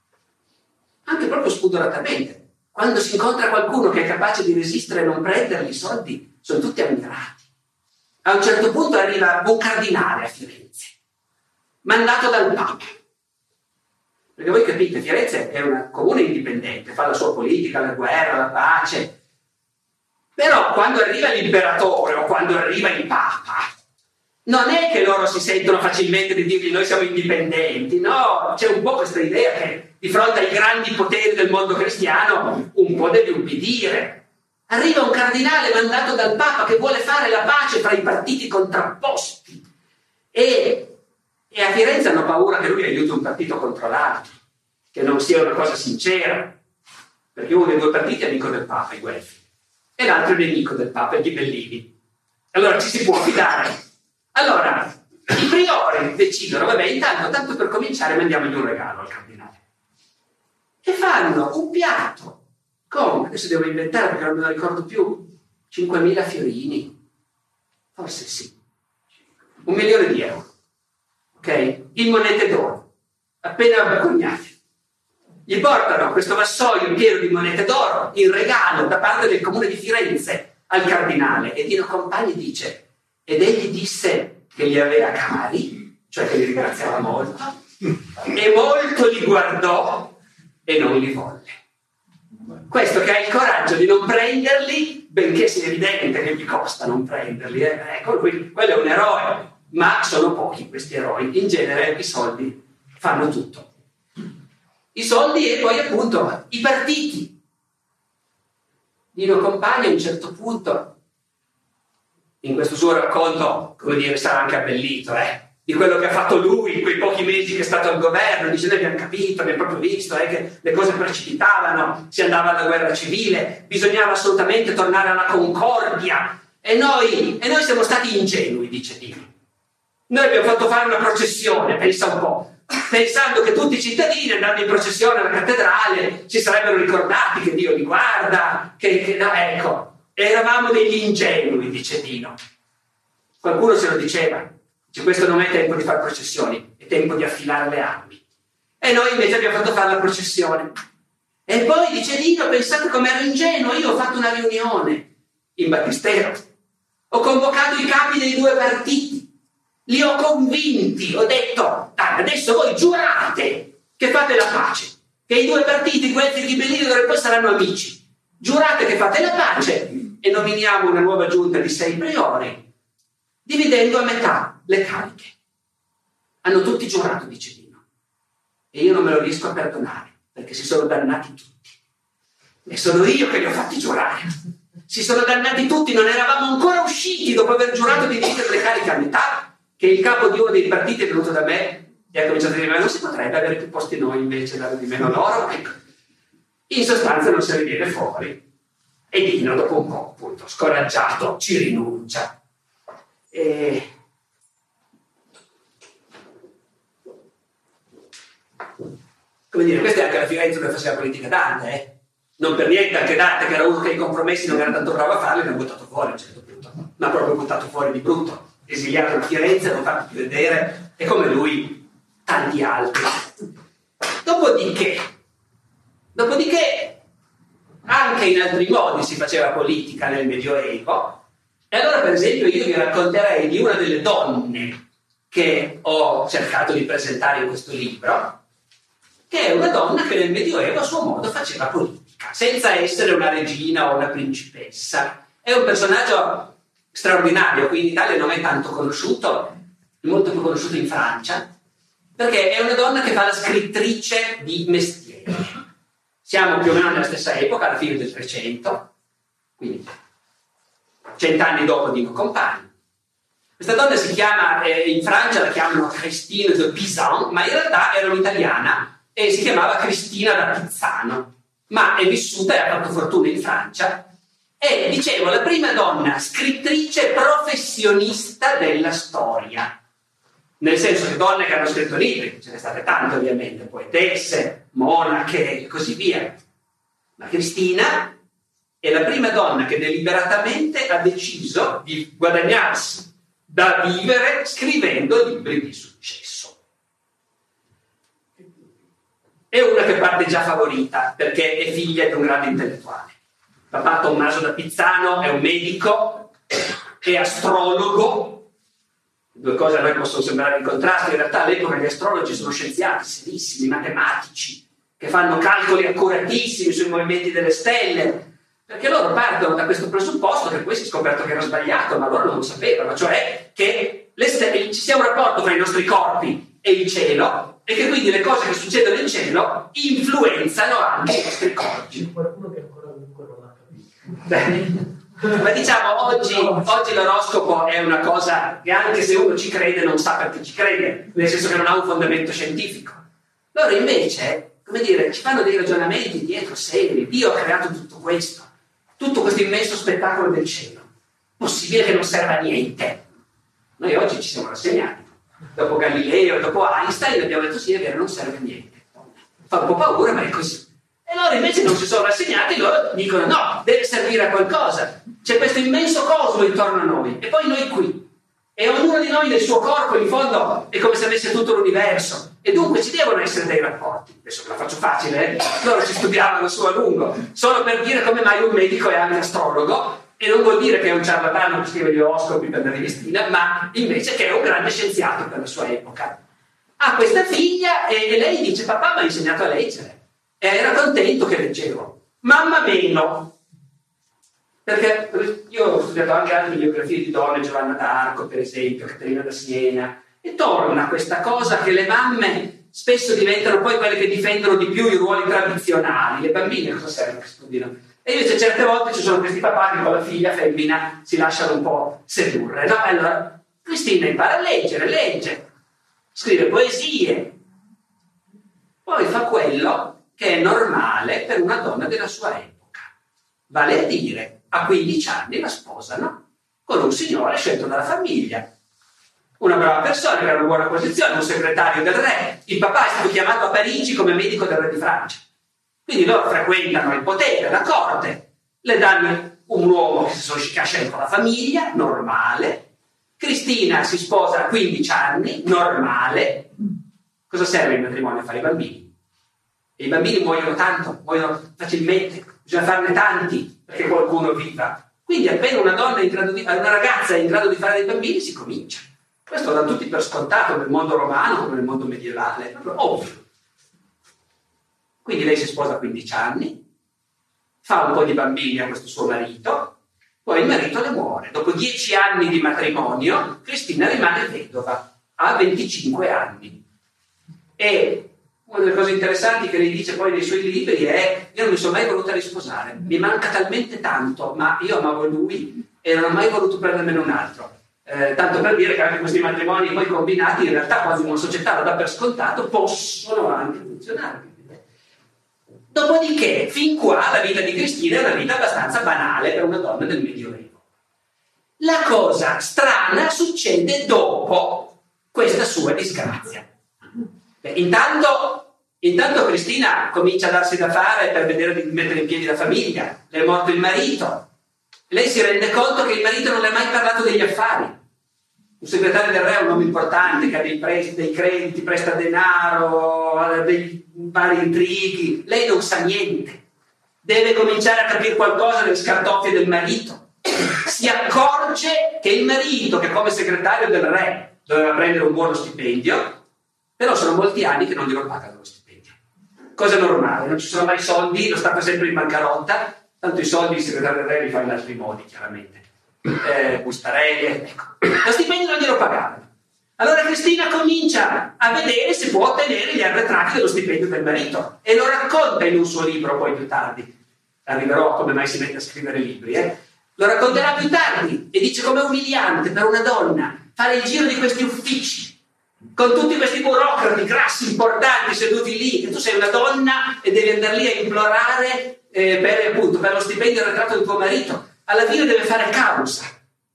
Anche proprio spudoratamente. Quando si incontra qualcuno che è capace di resistere e non prendergli i soldi, sono tutti ammirati. A un certo punto arriva un cardinale a Firenze, mandato dal Papa. Perché voi capite, Firenze è un comune indipendente, fa la sua politica, la guerra, la pace. Però quando arriva l'imperatore o quando arriva il Papa, non è che loro si sentono facilmente di dirgli noi siamo indipendenti, no, c'è un po' questa idea che di fronte ai grandi poteri del mondo cristiano un po' devi ubbidire. Arriva un cardinale mandato dal Papa che vuole fare la pace fra i partiti contrapposti e a Firenze hanno paura che lui aiuti un partito contro l'altro, che non sia una cosa sincera, perché uno dei due partiti è amico del Papa, i Guelfi, e l'altro è nemico del Papa, i Ghibellini. Allora ci si può fidare. Allora, i priori decidono: vabbè, intanto, tanto per cominciare, mandiamogli un regalo al cardinale. E fanno un piatto con, adesso devo inventare perché non me lo ricordo più, 5.000 fiorini, forse sì, 1 milione di euro, ok? In monete d'oro, appena vergognate. Gli portano questo vassoio pieno di monete d'oro in regalo da parte del comune di Firenze al cardinale, e Dino Compagni dice: ed egli disse che li aveva cari, cioè che li ringraziava molto, e molto li guardò e non li volle. Questo che ha il coraggio di non prenderli, benché sia evidente che gli costa non prenderli. Ecco, quello è un eroe, ma sono pochi questi eroi. In genere i soldi fanno tutto. I soldi e poi appunto i partiti. Dino Compagni a un certo punto, in questo suo racconto, come dire, sarà anche abbellito, di quello che ha fatto lui in quei pochi mesi che è stato al governo, dice: noi abbiamo capito, abbiamo proprio visto che le cose precipitavano, si andava alla guerra civile, bisognava assolutamente tornare alla concordia, e noi siamo stati ingenui, dice Dino. Noi abbiamo fatto fare una processione, pensa un po', pensando che tutti i cittadini andando in processione alla cattedrale si sarebbero ricordati che Dio li guarda, no, ecco. Eravamo degli ingenui, dice Dino. Qualcuno se lo diceva: questo non è tempo di fare processioni, è tempo di affilare le armi. E noi invece abbiamo fatto fare la processione. E poi, dice Dino, pensate come ero ingenuo, io ho fatto una riunione in battistero, Ho convocato i capi dei due partiti, li ho convinti, ho detto, dai, adesso voi giurate che fate la pace, che i due partiti, Guelfi e Ghibellini, d'ora in poi saranno amici. Giurate che fate la pace e nominiamo una nuova giunta di 6 priori, dividendo a metà le cariche. Hanno tutti giurato, dice Dino, e io non me lo riesco a perdonare, perché si sono dannati tutti. E sono io che li ho fatti giurare. Si sono dannati tutti, non eravamo ancora usciti dopo aver giurato di dividere le cariche a metà, che il capo di uno dei partiti è venuto da me e ha cominciato a dire: ma non si potrebbe avere più posti noi invece, dare di meno loro? Ecco. In sostanza non se ne viene fuori. E Dino, dopo un po', appunto, scoraggiato, ci rinuncia. Come dire, questa è anche la Firenze dove faceva politica Dante, Non per niente anche Dante, che era uno che i compromessi non era tanto bravo a farli, l'ha buttato fuori a un certo punto. Ma proprio buttato fuori di brutto. Esiliato da Firenze, non fatto più vedere, e come lui tanti altri. Dopodiché anche in altri modi si faceva politica nel Medioevo, e allora per esempio io vi racconterei di una delle donne che ho cercato di presentare in questo libro, che è una donna che nel Medioevo a suo modo faceva politica, senza essere una regina o una principessa. È un personaggio straordinario, qui in Italia non è tanto conosciuto, è molto più conosciuto in Francia, perché è una donna che fa la scrittrice di mestieri. Siamo più o meno nella stessa epoca, alla fine del 300, quindi 100 anni dopo Dino Compagni. Questa donna si chiama, in Francia la chiamano Christine de Pizan, ma in realtà era un'italiana e si chiamava Cristina da Pizzano, ma è vissuta e ha fatto fortuna in Francia. È, dicevo, la prima donna scrittrice professionista della storia. Nel senso che donne che hanno scritto libri, ce ne state tante ovviamente, poetesse, monache e così via. Ma Cristina è la prima donna che deliberatamente ha deciso di guadagnarsi da vivere scrivendo libri di successo. È una che parte già favorita perché è figlia di un grande intellettuale. Papà Tommaso da Pizzano è un medico, è astrologo. Due cose a noi possono sembrare in contrasto, in realtà all'epoca gli astrologi sono scienziati serissimi, matematici, che fanno calcoli accuratissimi sui movimenti delle stelle, perché loro partono da questo presupposto, che poi si è scoperto che era sbagliato, ma loro non lo sapevano, cioè che le stelle, ci sia un rapporto tra i nostri corpi e il cielo, e che quindi le cose che succedono in cielo influenzano anche i nostri corpi. C'è qualcuno che ancora comunque non l'ha capito. Ma diciamo, oggi l'oroscopo è una cosa che anche se uno ci crede non sa perché ci crede, nel senso che non ha un fondamento scientifico. Loro invece, come dire, ci fanno dei ragionamenti dietro seri. Dio ha creato tutto questo immenso spettacolo del cielo. Possibile che non serva a niente? Noi oggi ci siamo rassegnati. Dopo Galileo, dopo Einstein abbiamo detto sì, è vero, non serve a niente. Fa un po' paura, ma è così. E loro invece non si sono rassegnati, loro dicono no, deve servire a qualcosa. C'è questo immenso cosmo intorno a noi e poi noi qui. E ognuno di noi nel suo corpo, in fondo, è come se avesse tutto l'universo. E dunque ci devono essere dei rapporti. Adesso la faccio facile, Loro ci studiavano su a lungo, solo per dire come mai un medico è anche astrologo, e non vuol dire che è un ciarlatano che scrive gli oroscopi per la rivistina, ma invece che è un grande scienziato per la sua epoca. Ha questa figlia e lei dice: papà mi ha insegnato a leggere. E era contento che leggevo. Mamma meno. Perché io ho studiato anche altre biografie di donne, Giovanna d'Arco per esempio, Caterina da Siena, e torna questa cosa che le mamme spesso diventano poi quelle che difendono di più i ruoli tradizionali. Le bambine cosa servono che studino? E invece certe volte ci sono questi papà che con la figlia femmina si lasciano un po' sedurre, no? Allora Cristina impara a leggere, legge, scrive poesie, poi fa quello che è normale per una donna della sua epoca, vale a dire, a 15 anni la sposano con un signore scelto dalla famiglia, una brava persona che ha una buona posizione, un segretario del re. Il papà è stato chiamato a Parigi come medico del re di Francia, quindi loro frequentano il potere, la corte, le danno un uomo che ha scelto la famiglia, normale. Cristina si sposa a 15 anni, normale. Cosa serve il matrimonio? A fare i bambini. E i bambini muoiono tanto, muoiono facilmente, bisogna farne tanti perché qualcuno viva. Quindi appena una ragazza è in grado di fare dei bambini, si comincia. Questo lo danno tutti per scontato nel mondo romano come nel mondo medievale, è proprio ovvio. Quindi lei si sposa a 15 anni, fa un po' di bambini a questo suo marito, poi il marito le muore. Dopo 10 anni di matrimonio, Cristina rimane vedova, a 25 anni. E una delle cose interessanti che lei dice poi nei suoi libri è: io non mi sono mai voluta risposare, mi manca talmente tanto, ma io amavo lui e non ho mai voluto prendermene un altro. Tanto per dire che anche questi matrimoni poi combinati in realtà quasi in una società lo dà per scontato, possono anche funzionare. Dopodiché, fin qua la vita di Cristina è una vita abbastanza banale per una donna del Medioevo. La cosa strana succede dopo questa sua disgrazia. Intanto Cristina comincia a darsi da fare per vedere di mettere in piedi la famiglia. Le è morto il marito. Lei si rende conto che il marito non le ha mai parlato degli affari. Un segretario del re è un uomo importante che ha dei crediti, presta denaro, dei vari intrighi. Lei non sa niente. Deve cominciare a capire qualcosa delle scartoffie del marito. Si accorge che il marito, che come segretario del re doveva prendere un buono stipendio, però sono molti anni che non glielo pagano lo stipendio. Cosa normale, non ci sono mai soldi, lo sta sempre in bancarotta, tanto i soldi il segretario del re li fa in altri modi, chiaramente. Bustarelle, ecco. Lo stipendio non glielo pagavano. Allora Cristina comincia a vedere se può ottenere gli arretrati dello stipendio del marito e lo racconta in un suo libro poi più tardi. Arriverò a come mai si mette a scrivere libri, Lo racconterà più tardi e dice com'è umiliante per una donna fare il giro di questi uffici con tutti questi burocrati grassi, importanti, seduti lì, che tu sei una donna e devi andare lì a implorare per lo stipendio e il arretrato del tuo marito. Alla fine deve fare causa.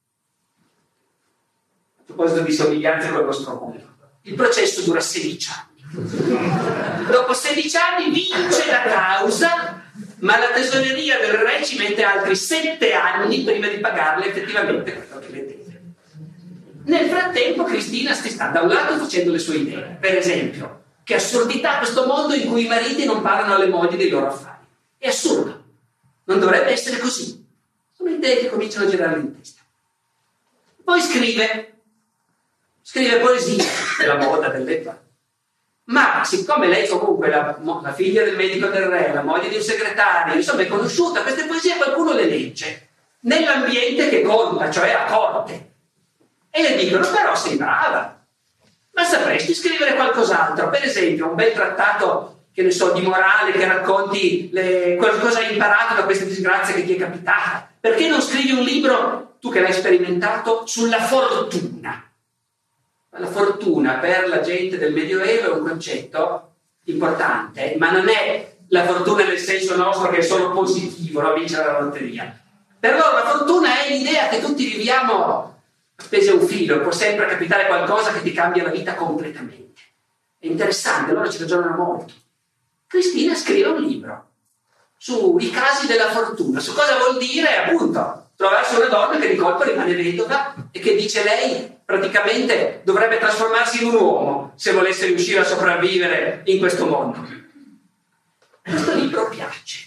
A proposito di somiglianze con il nostro mondo, il processo dura 16 anni. Dopo 16 anni vince la causa, ma la tesoreria del re ci mette altri 7 anni prima di pagarle effettivamente quello che le deve. Nel frattempo Cristina si sta da un lato facendo le sue idee, per esempio, che assurdità questo mondo in cui i mariti non parlano alle mogli dei loro affari. È assurdo, non dovrebbe essere così. Sono idee che cominciano a girare in testa. Poi scrive poesia della moda dell'epoca. Ma siccome lei comunque è la figlia del medico del re, la moglie di un segretario, insomma è conosciuta, queste poesie qualcuno le legge nell'ambiente che conta, cioè a corte. E le dicono: però sei brava, ma sapresti scrivere qualcos'altro, per esempio un bel trattato, che ne so, di morale, che racconti qualcosa hai imparato da questa disgrazia che ti è capitata. Perché non scrivi un libro, tu che l'hai sperimentato, sulla fortuna? La fortuna per la gente del Medioevo è un concetto importante, ma non è la fortuna nel senso nostro che è solo positivo, no? Vincere la lotteria. Per loro la fortuna è l'idea che tutti viviamo appesi a un filo, può sempre capitare qualcosa che ti cambia la vita completamente. È interessante, loro ci ragionano molto. Cristina scrive un libro sui casi della fortuna, su cosa vuol dire appunto trovarsi una donna che di colpo rimane vedova e che dice lei praticamente dovrebbe trasformarsi in un uomo se volesse riuscire a sopravvivere in questo mondo. Questo libro piace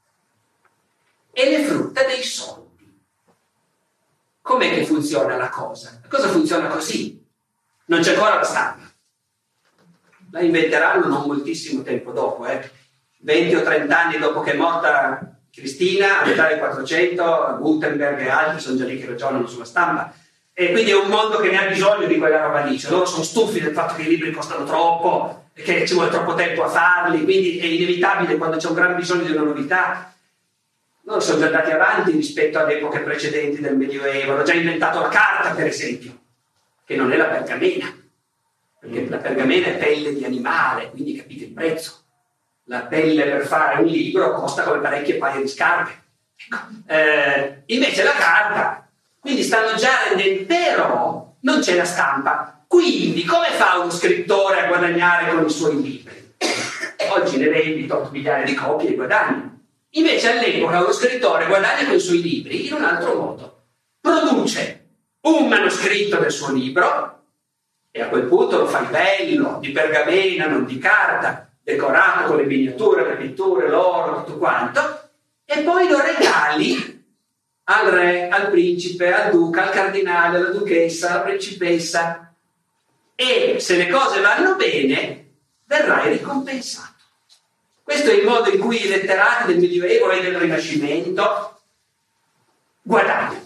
e le frutta dei soldi. Com'è che funziona la cosa? La cosa funziona così. Non c'è ancora la stampa. La inventeranno non moltissimo tempo dopo, 20 o 30 anni dopo che è morta Cristina, a metà del 400, Gutenberg e altri sono già lì che ragionano sulla stampa. E quindi è un mondo che ne ha bisogno di quella roba lì. Cioè, loro sono stufi del fatto che i libri costano troppo, e che ci vuole troppo tempo a farli, quindi è inevitabile quando c'è un gran bisogno di una novità. Loro sono già andati avanti rispetto alle epoche precedenti del Medioevo. Hanno già inventato la carta, per esempio, che non è la pergamena, perché la pergamena è pelle di animale, quindi capite il prezzo. La pelle per fare un libro costa come parecchie paia di scarpe. Ecco. Invece la carta, quindi stanno già rendendo, però non c'è la stampa. Quindi come fa uno scrittore a guadagnare con i suoi libri? Oggi ne vendi 8 migliaia di copie e guadagni. Invece all'epoca uno scrittore guadagna con i suoi libri in un altro modo. Produce un manoscritto del suo libro e a quel punto lo fai bello, di pergamena, non di carta, decorato con le miniature, le pitture, l'oro, tutto quanto, e poi lo regali al re, al principe, al duca, al cardinale, alla duchessa, alla principessa, e se le cose vanno bene verrai ricompensato. Questo è il modo in cui i letterati del Medioevo e del Rinascimento guadagnano.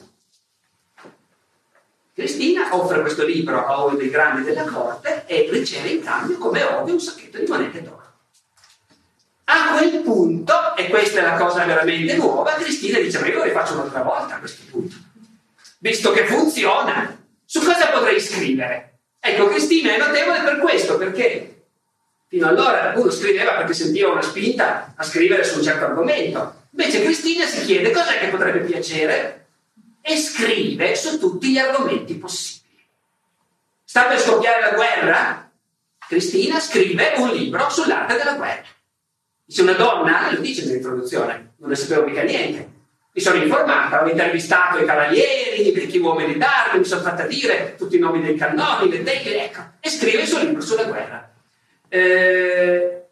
Cristina offre questo libro a uno dei grandi della corte e riceve in cambio, come ovvio, un sacchetto di monete d'oro. A quel punto, e questa è la cosa veramente nuova, Cristina dice: ma io lo rifaccio un'altra volta a questo punto, visto che funziona, su cosa potrei scrivere? Ecco, Cristina è notevole per questo, perché fino allora uno scriveva perché sentiva una spinta a scrivere su un certo argomento, invece Cristina si chiede cos'è che potrebbe piacere e scrive su tutti gli argomenti possibili. Sta per scoppiare la guerra? Cristina scrive un libro sull'arte della guerra. Dice una donna, lo dice nell'introduzione, non ne sapevo mica niente. Mi sono informata, ho intervistato i cavalieri, i vecchi uomini d'arte, mi sono fatta dire tutti i nomi dei cannoni, le teghe, ecco, e scrive il suo libro sulla guerra. E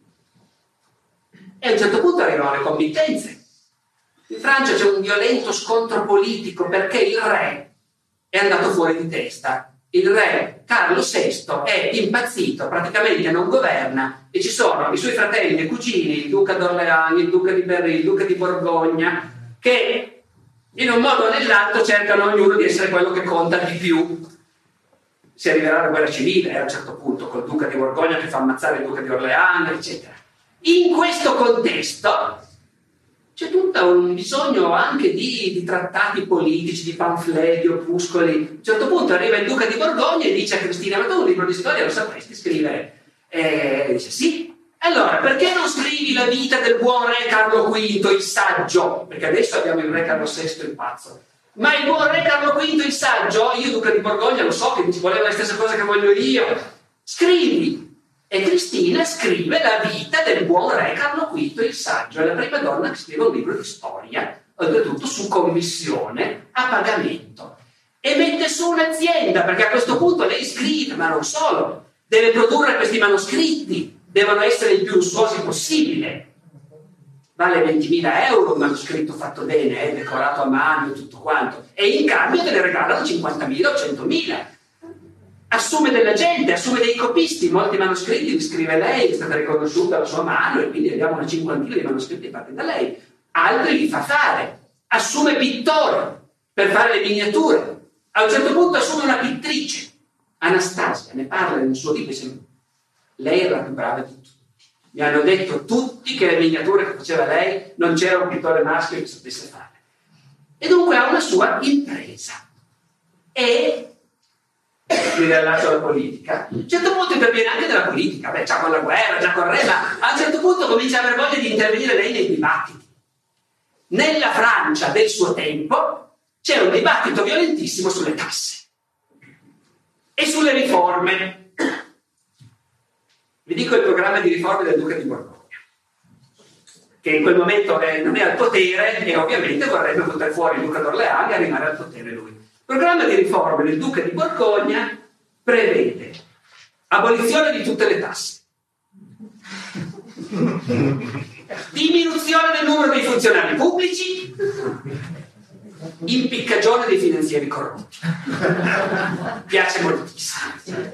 a un certo punto arrivano le committenze. In Francia c'è un violento scontro politico perché il re è andato fuori di testa. Il re Carlo VI è impazzito, praticamente non governa, e ci sono i suoi fratelli e cugini, il duca d'Orléans, il duca di Berry, il duca di Borgogna, che in un modo o nell'altro cercano ognuno di essere quello che conta di più. Si arriverà alla guerra civile a un certo punto, col duca di Borgogna che fa ammazzare il duca di Orléans, eccetera. In questo contesto c'è tutto un bisogno anche di trattati politici, di pamfletti, di opuscoli. A un certo punto arriva il duca di Borgogna e dice a Cristina: ma tu un libro di storia lo sapresti scrivere? E dice sì. Allora, perché non scrivi la vita del buon re Carlo V, il saggio? Perché adesso abbiamo il re Carlo VI, il pazzo. Ma il buon re Carlo V, il saggio, io duca di Borgogna lo so che ci voleva la stessa cosa che voglio io. Scrivi. E Cristina scrive la vita del buon re Carlo V, il saggio. È la prima donna che scrive un libro di storia, oltretutto su commissione, a pagamento. E mette su un'azienda, perché a questo punto lei scrive, ma non solo, deve produrre questi manoscritti, devono essere il più lussuosi possibile. Vale 20.000 euro un manoscritto fatto bene, decorato a mano e tutto quanto. E in cambio te ne regalano 50.000 o 100.000. Assume della gente, assume dei copisti, molti manoscritti li scrive lei, è stata riconosciuta la sua mano e quindi abbiamo una cinquantina di manoscritti fatti da lei. Altri li fa fare, assume pittori per fare le miniature. A un certo punto assume una pittrice, Anastasia, ne parla nel suo libro, lei era la più brava di tutti. Mi hanno detto tutti che le miniature che faceva lei non c'era un pittore maschio che sapesse fare. E dunque ha una sua impresa. E mi rilascio alla politica. A un certo punto interviene anche nella politica, già con la guerra, già con il re, ma a un certo punto comincia a aver voglia di intervenire lei nei dibattiti. Nella Francia del suo tempo c'è un dibattito violentissimo sulle tasse e sulle riforme. Vi dico il programma di riforme del duca di Borgogna, che in quel momento non è al potere e ovviamente vorrebbe buttare fuori il duca d'Orléans e arrivare al potere lui. Il programma di riforme del duca di Borgogna prevede abolizione di tutte le tasse, diminuzione del numero dei funzionari pubblici, impiccagione dei finanzieri corrotti. Piace moltissimo.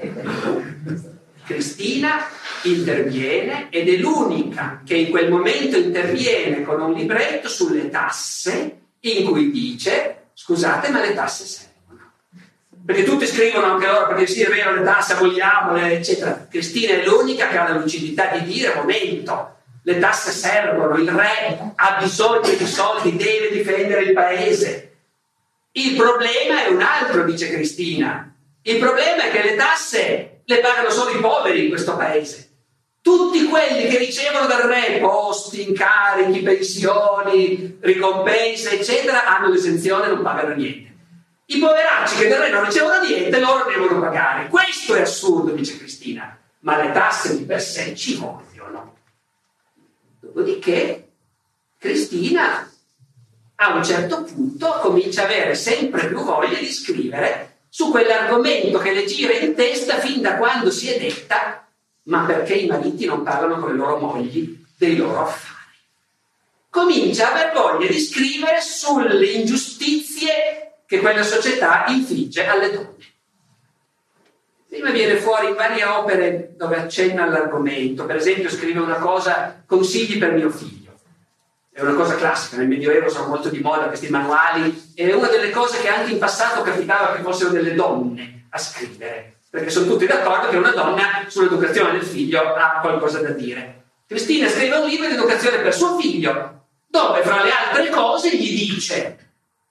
Cristina interviene ed è l'unica che in quel momento interviene con un libretto sulle tasse in cui dice: scusate, ma le tasse servono. Perché tutti scrivono anche loro, perché sì, è vero, le tasse aboliamole, eccetera. Cristina è l'unica che ha la lucidità di dire: momento, le tasse servono, il re ha bisogno di soldi, deve difendere il paese. Il problema è un altro, dice Cristina. Il problema è che le tasse le pagano solo i poveri in questo paese. Tutti quelli che ricevono dal re posti, incarichi, pensioni, ricompense, eccetera, hanno l'esenzione e non pagano niente. I poveracci che dal re non ricevono niente, loro devono pagare. Questo è assurdo, dice Cristina, ma le tasse di per sé ci vogliono. Dopodiché Cristina a un certo punto comincia a avere sempre più voglia di scrivere su quell'argomento che le gira in testa fin da quando si è detta: ma perché i mariti non parlano con le loro mogli dei loro affari? comincia a aver voglia di scrivere sulle ingiustizie che quella società infligge alle donne. Prima viene fuori in varie opere dove accenna all'argomento, per esempio scrive una cosa, consigli per mio figlio. È una cosa classica, nel Medioevo sono molto di moda questi manuali, e è una delle cose che anche in passato capitava che fossero delle donne a scrivere, perché sono tutti d'accordo che una donna sull'educazione del figlio ha qualcosa da dire. Cristina scrive un libro di educazione per suo figlio, dove fra le altre cose gli dice: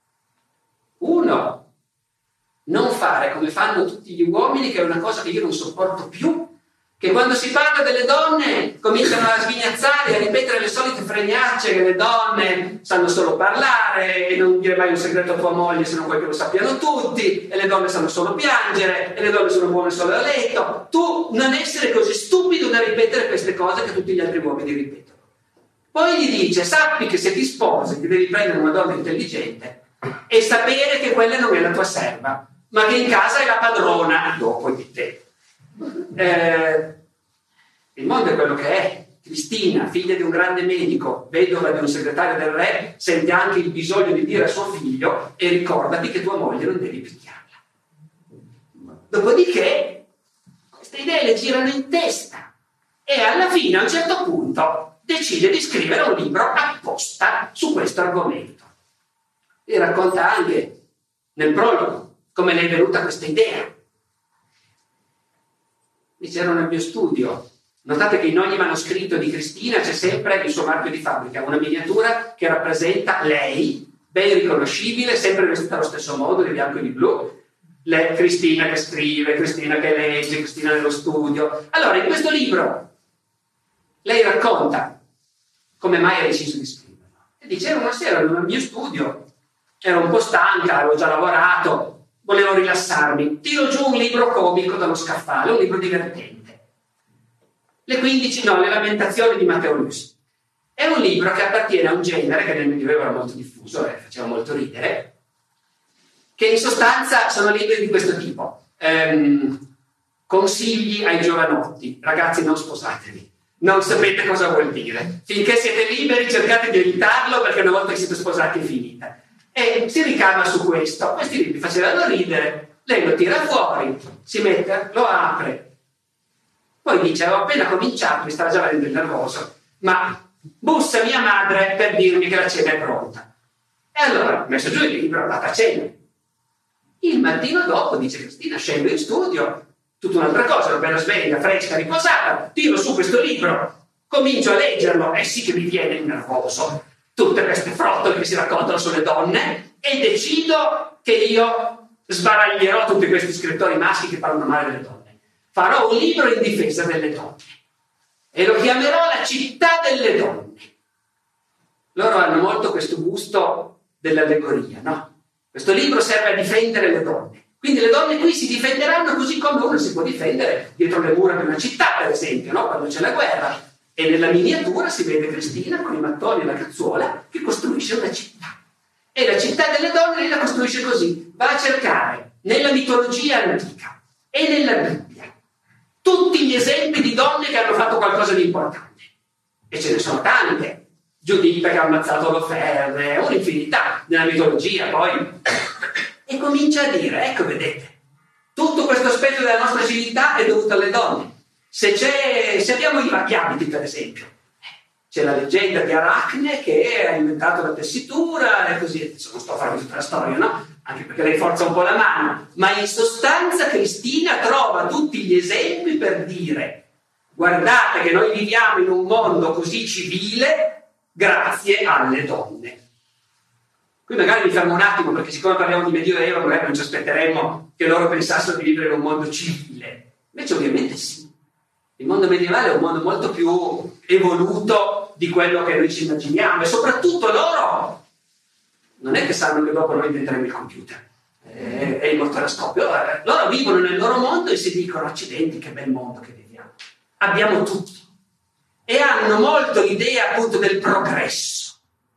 1. Non fare come fanno tutti gli uomini, che è una cosa che io non sopporto più, che quando si parla delle donne cominciano a sghignazzare e a ripetere le solite fregnacce che le donne sanno solo parlare e non dire mai un segreto a tua moglie se non vuoi che lo sappiano tutti, e le donne sanno solo piangere, e le donne sono buone solo a letto. Tu non essere così stupido da ripetere queste cose che tutti gli altri uomini ripetono. Poi gli dice: sappi che se ti sposi ti devi prendere una donna intelligente e sapere che quella non è la tua serva, ma che in casa è la padrona dopo di te. Il mondo è quello che è. Cristina, figlia di un grande medico, vedova di un segretario del re, sente anche il bisogno di dire a suo figlio: e ricordati che tua moglie non devi picchiarla. Dopodiché queste idee le girano in testa e alla fine, a un certo punto, decide di scrivere un libro apposta su questo argomento. E racconta anche nel prologo come le è venuta questa idea. Dice: ero nel mio studio. Notate che in ogni manoscritto di Cristina c'è sempre il suo marchio di fabbrica, una miniatura che rappresenta lei, ben riconoscibile, sempre vestita allo stesso modo, di bianco e di blu. Cristina che scrive, Cristina che legge, Cristina nello studio. Allora, in questo libro lei racconta come mai ha deciso di scriverlo. E dice: una sera ero nel mio studio, ero un po' stanca, avevo già lavorato, volevo rilassarmi, tiro giù un libro comico dallo scaffale, un libro divertente. Le lamentazioni di Matteo Luce. È un libro che appartiene a un genere che nel Medioevo era molto diffuso e faceva molto ridere, che in sostanza sono libri di questo tipo. Consigli ai giovanotti: ragazzi, non sposatevi, non sapete cosa vuol dire, finché siete liberi cercate di evitarlo, perché una volta che siete sposati è finita. E si ricava su questo. Questi libri facevano ridere, lei lo tira fuori, si mette, lo apre, poi dice: avevo appena cominciato, mi stava già venendo nervoso, ma bussa mia madre per dirmi che la cena è pronta. E allora ho messo giù il libro, andata a cena. Il mattino dopo, dice Cristina, scendo in studio, tutta un'altra cosa, ero bella sveglia, fresca, riposata, tiro su questo libro, comincio a leggerlo, e sì che mi viene nervoso, tutte queste frottole che si raccontano sulle donne, e decido che io sbaraglierò tutti questi scrittori maschi che parlano male delle donne. Farò un libro in difesa delle donne e lo chiamerò La città delle donne. Loro hanno molto questo gusto dell'allegoria, no? Questo libro serve a difendere le donne. Quindi le donne qui si difenderanno così come uno si può difendere dietro le mura di una città, per esempio, no? Quando c'è la guerra. E nella miniatura si vede Cristina con i mattoni e la cazzuola che costruisce una città. E la città delle donne lei la costruisce così. Va a cercare nella mitologia antica e nella Bibbia tutti gli esempi di donne che hanno fatto qualcosa di importante. E ce ne sono tante. Giuditta che ha ammazzato Oloferne, un'infinità nella mitologia poi. E comincia a dire: ecco, vedete, tutto questo aspetto della nostra civiltà è dovuto alle donne. Se abbiamo gli abiti, per esempio, c'è la leggenda di Aracne che ha inventato la tessitura e così. Non sto a farvi tutta la storia, no? Anche perché lei forza un po' la mano, ma in sostanza Cristina trova tutti gli esempi per dire: guardate che noi viviamo in un mondo così civile grazie alle donne. Qui magari mi fermo un attimo, perché siccome parliamo di Medioevo magari non ci aspetteremmo che loro pensassero di vivere in un mondo civile. Invece ovviamente sì. Il mondo medievale è un mondo molto più evoluto di quello che noi ci immaginiamo, e soprattutto loro non è che sanno che dopo noi inventeremo il computer e il motoroscopio. Loro vivono nel loro mondo e si dicono: accidenti, che bel mondo che viviamo, abbiamo tutto. E hanno molto l'idea appunto del progresso.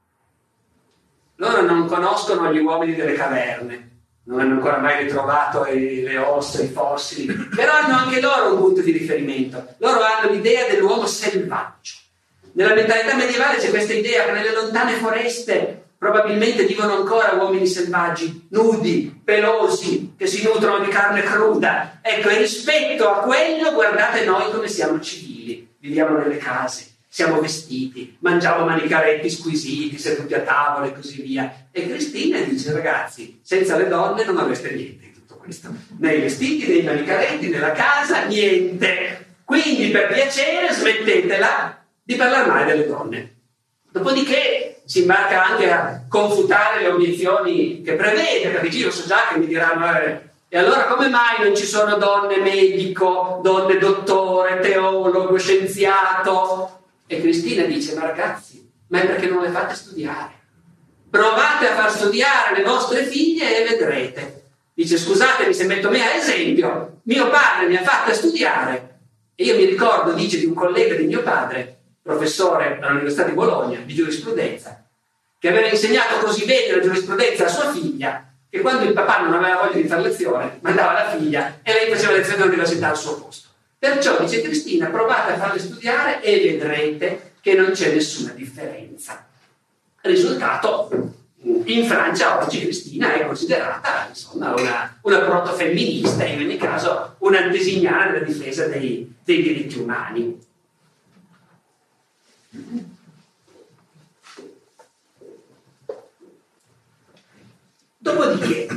Loro non conoscono gli uomini delle caverne, non hanno ancora mai ritrovato le ossa, i fossili, però hanno anche loro un punto di riferimento. Loro hanno l'idea dell'uomo selvaggio, Nella mentalità medievale c'è questa idea che nelle lontane foreste probabilmente vivono ancora uomini selvaggi, nudi, pelosi, che si nutrono di carne cruda. Ecco, e rispetto a quello, guardate noi come siamo civili, viviamo nelle case, siamo vestiti, mangiamo manicaretti squisiti, seduti a tavola e così via. E Cristina dice: ragazzi, senza le donne non avreste niente di tutto questo, né i vestiti, né i manicaretti, né la casa, niente. Quindi per piacere smettetela di parlare male delle donne. Dopodiché si imbarca anche a confutare le obiezioni che prevede, perché io so già che mi diranno e allora come mai non ci sono donne medico, donne dottore, teologo, scienziato? E Cristina dice: ma ragazzi, ma è perché non le fate studiare. Provate a far studiare le vostre figlie e vedrete. Dice: scusatemi se metto me a esempio, mio padre mi ha fatta studiare e io mi ricordo, dice, di un collega di mio padre, professore all'Università di Bologna di giurisprudenza, che aveva insegnato così bene la giurisprudenza a sua figlia che quando il papà non aveva voglia di fare lezione mandava la figlia e lei faceva lezione all'università al suo posto. Perciò, dice Cristina, provate a farle studiare e vedrete che non c'è nessuna differenza. Risultato: in Francia oggi Cristina è considerata, insomma, una protofemminista, in ogni caso un'antesignana della difesa dei diritti umani. Dopodiché,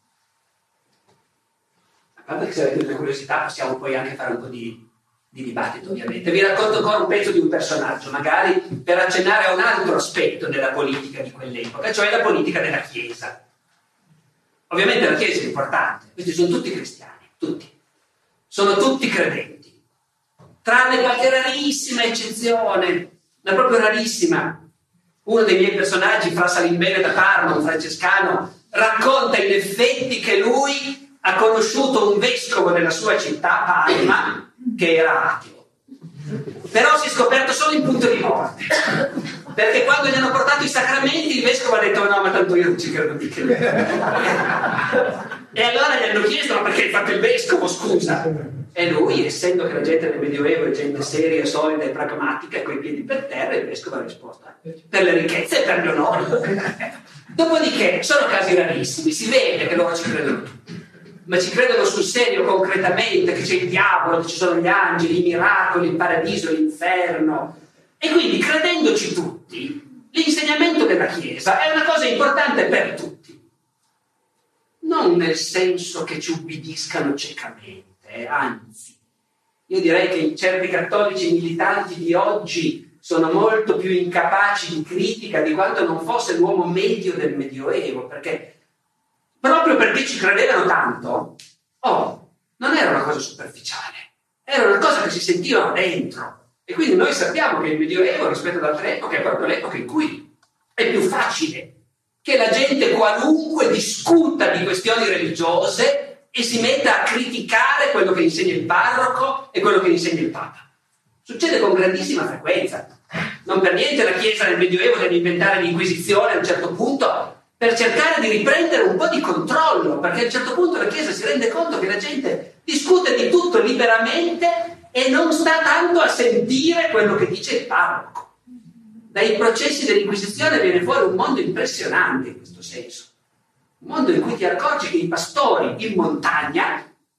a parte che se avete delle curiosità possiamo poi anche fare un po' di dibattito, ovviamente. Vi racconto ancora un pezzo di un personaggio, magari per accennare a un altro aspetto della politica di quell'epoca, cioè la politica della Chiesa. Ovviamente la Chiesa è importante, questi sono tutti cristiani, tutti. Sono tutti credenti, tranne qualche rarissima eccezione, ma proprio rarissima. Uno dei miei personaggi, Fra Salimbene da Parma, un francescano, racconta in effetti che lui ha conosciuto un vescovo della sua città, Parma, che era ateo. Però si è scoperto solo in punto di morte, perché quando gli hanno portato i sacramenti il vescovo ha detto: no, ma tanto io non ci credo di che. E allora gli hanno chiesto: ma perché hai fatto il vescovo, scusa? E lui, essendo che la gente del Medioevo è gente seria, solida e pragmatica, coi piedi per terra, il vescovo ha risposto: per le ricchezze e per gli onori. Dopodiché sono casi rarissimi, si vede che loro ci credono tutti, ma ci credono sul serio, concretamente, che c'è il diavolo, che ci sono gli angeli, i miracoli, il paradiso, l'inferno. E quindi, credendoci tutti, l'insegnamento della Chiesa è una cosa importante per tutti, non nel senso che ci ubbidiscano ciecamente, anzi, io direi che certi cattolici militanti di oggi sono molto più incapaci di critica di quanto non fosse l'uomo medio del Medioevo, perché proprio perché ci credevano tanto, non era una cosa superficiale, era una cosa che si sentiva dentro. E quindi noi sappiamo che il Medioevo, rispetto ad altre epoche, è proprio l'epoca in cui è più facile che la gente qualunque discuta di questioni religiose e si metta a criticare quello che insegna il parroco e quello che insegna il Papa. Succede con grandissima frequenza. Non per niente la Chiesa nel Medioevo deve inventare l'Inquisizione a un certo punto per cercare di riprendere un po' di controllo, perché a un certo punto la Chiesa si rende conto che la gente discute di tutto liberamente e non sta tanto a sentire quello che dice il parroco. Dai processi dell'Inquisizione viene fuori un mondo impressionante in questo senso. Un mondo in cui ti accorgi che i pastori in montagna,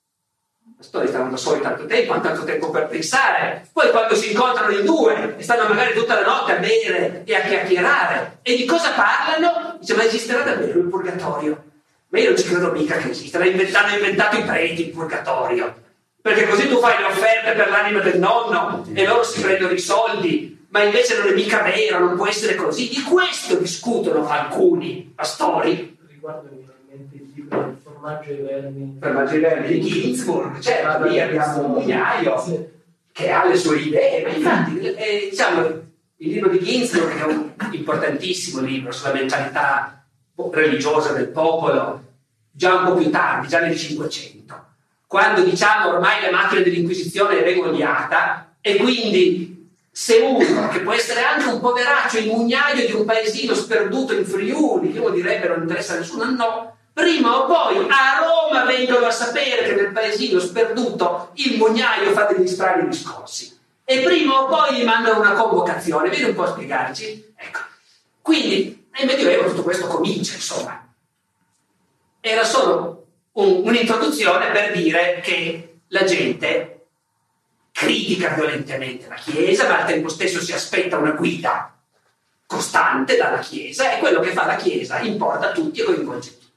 i pastori stanno da soli tanto tempo, hanno tanto tempo per pensare, poi quando si incontrano in due e stanno magari tutta la notte a bere e a chiacchierare, e di cosa parlano? Dice: ma esisterà davvero il purgatorio? Ma io non ci credo mica che esista, hanno inventato i preti il purgatorio, perché così tu fai le offerte per l'anima del nonno e loro si prendono i soldi, ma invece non è mica vero, non può essere così. Di questo discutono alcuni pastori. Riguardo il libro del Formaggio ai vermi. Formaggio ai vermi di Ginzburg, certo, lì abbiamo un mugnaio che ha le sue idee, ma infatti diciamo, il libro di Ginzburg è un importantissimo libro sulla mentalità religiosa del popolo, già un po' più tardi, già nel 500, quando diciamo ormai la macchina dell'Inquisizione è regoliata e quindi se uno, che può essere anche un poveraccio, il mugnaio di un paesino sperduto in Friuli, che uno direbbe non interessa a nessuno, no, prima o poi a Roma vengono a sapere che nel paesino sperduto il mugnaio fa degli strani discorsi. e prima o poi gli mandano una convocazione. Vieni un po' a spiegarci? Ecco. Quindi nel Medioevo tutto questo comincia, insomma. Era solo un'introduzione per dire che la gente critica violentemente la Chiesa, ma al tempo stesso si aspetta una guida costante dalla Chiesa, e quello che fa la Chiesa importa a tutti e coinvolge tutti.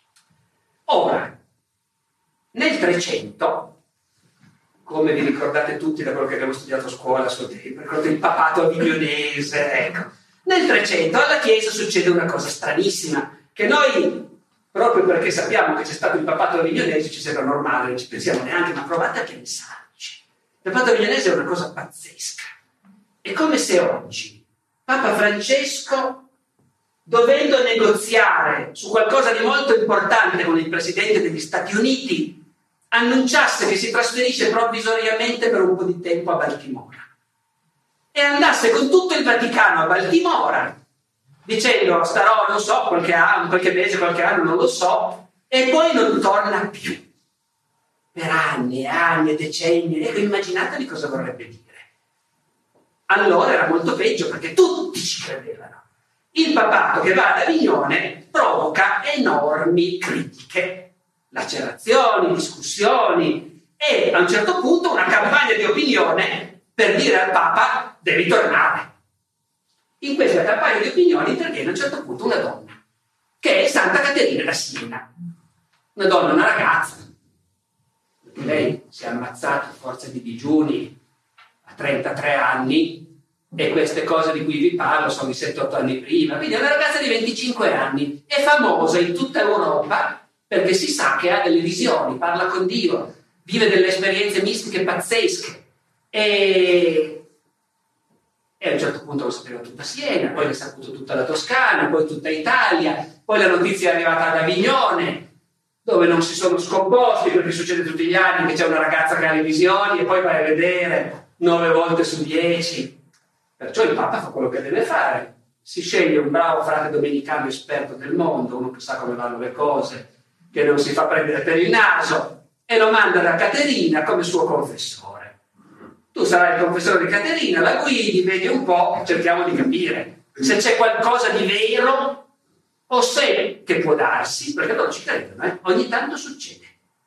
Ora, nel 300, come vi ricordate tutti da quello che abbiamo studiato a scuola a suo tempo, ricordate il papato avignonese, ecco. Nel 300 alla Chiesa succede una cosa stranissima, che noi, proprio perché sappiamo che c'è stato il papato avignonese, ci sembra normale, non ci pensiamo neanche, ma provate a pensarci. Il papato avignonese è una cosa pazzesca. È come se oggi Papa Francesco, dovendo negoziare su qualcosa di molto importante con il Presidente degli Stati Uniti, annunciasse che si trasferisce provvisoriamente per un po' di tempo a Baltimora e andasse con tutto il Vaticano a Baltimora dicendo starò, non so, qualche anno, qualche mese, qualche anno, non lo so, e poi non torna più per anni e anni e decenni. Ecco, immaginatevi cosa vorrebbe dire. Allora era molto peggio, perché tutti ci credevano. Il papato che va ad Avignone provoca enormi critiche, lacerazioni, discussioni e a un certo punto una campagna di opinione per dire al Papa devi tornare. In questa campagna di opinione interviene a un certo punto una donna, che è Santa Caterina da Siena, una donna, una ragazza. Lei si è ammazzata a forza di digiuni a 33 anni, e queste cose di cui vi parlo sono di 7-8 anni prima. Quindi è una ragazza di 25 anni, è famosa in tutta Europa perché si sa che ha delle visioni, parla con Dio, vive delle esperienze mistiche pazzesche, e a un certo punto lo sapeva tutta Siena, poi l'ha saputo tutta la Toscana, poi tutta Italia, poi la notizia è arrivata ad Avignone, dove non si sono scomposti, perché succede tutti gli anni che c'è una ragazza che ha le visioni e poi vai a vedere 9 volte su 10. Perciò il Papa fa quello che deve fare, si sceglie un bravo frate domenicano esperto del mondo, uno che sa come vanno le cose, che non si fa prendere per il naso, e lo manda da Caterina come suo confessore. Tu sarai il confessore di Caterina, la guidi, vedi un po', cerchiamo di capire se c'è qualcosa di vero o se, che può darsi, perché non ci credono, ogni tanto succede.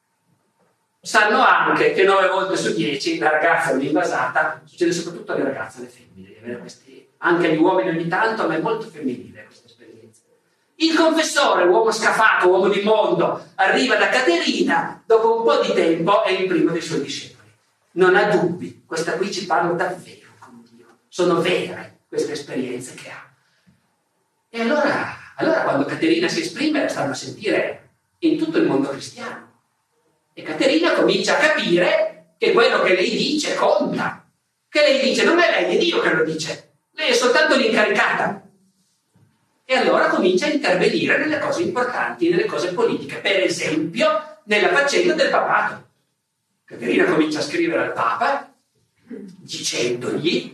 Sanno anche che 9 volte su 10 la ragazza è un'invasata, succede soprattutto alle ragazze, alle femmine, di avere questi, anche agli uomini ogni tanto, ma è molto femminile questa esperienza. Il confessore, uomo scafato, uomo di mondo, arriva da Caterina, dopo un po' di tempo è il primo dei suoi discepoli. Non ha dubbi, questa qui ci parla davvero con Dio, sono vere queste esperienze che ha. E allora quando Caterina si esprime, la stanno a sentire in tutto il mondo cristiano. E Caterina comincia a capire che quello che lei dice conta, che lei dice non è lei, è Dio che lo dice, lei è soltanto l'incaricata. E allora comincia a intervenire nelle cose importanti, nelle cose politiche, per esempio nella faccenda del papato. Caterina comincia a scrivere al Papa dicendogli: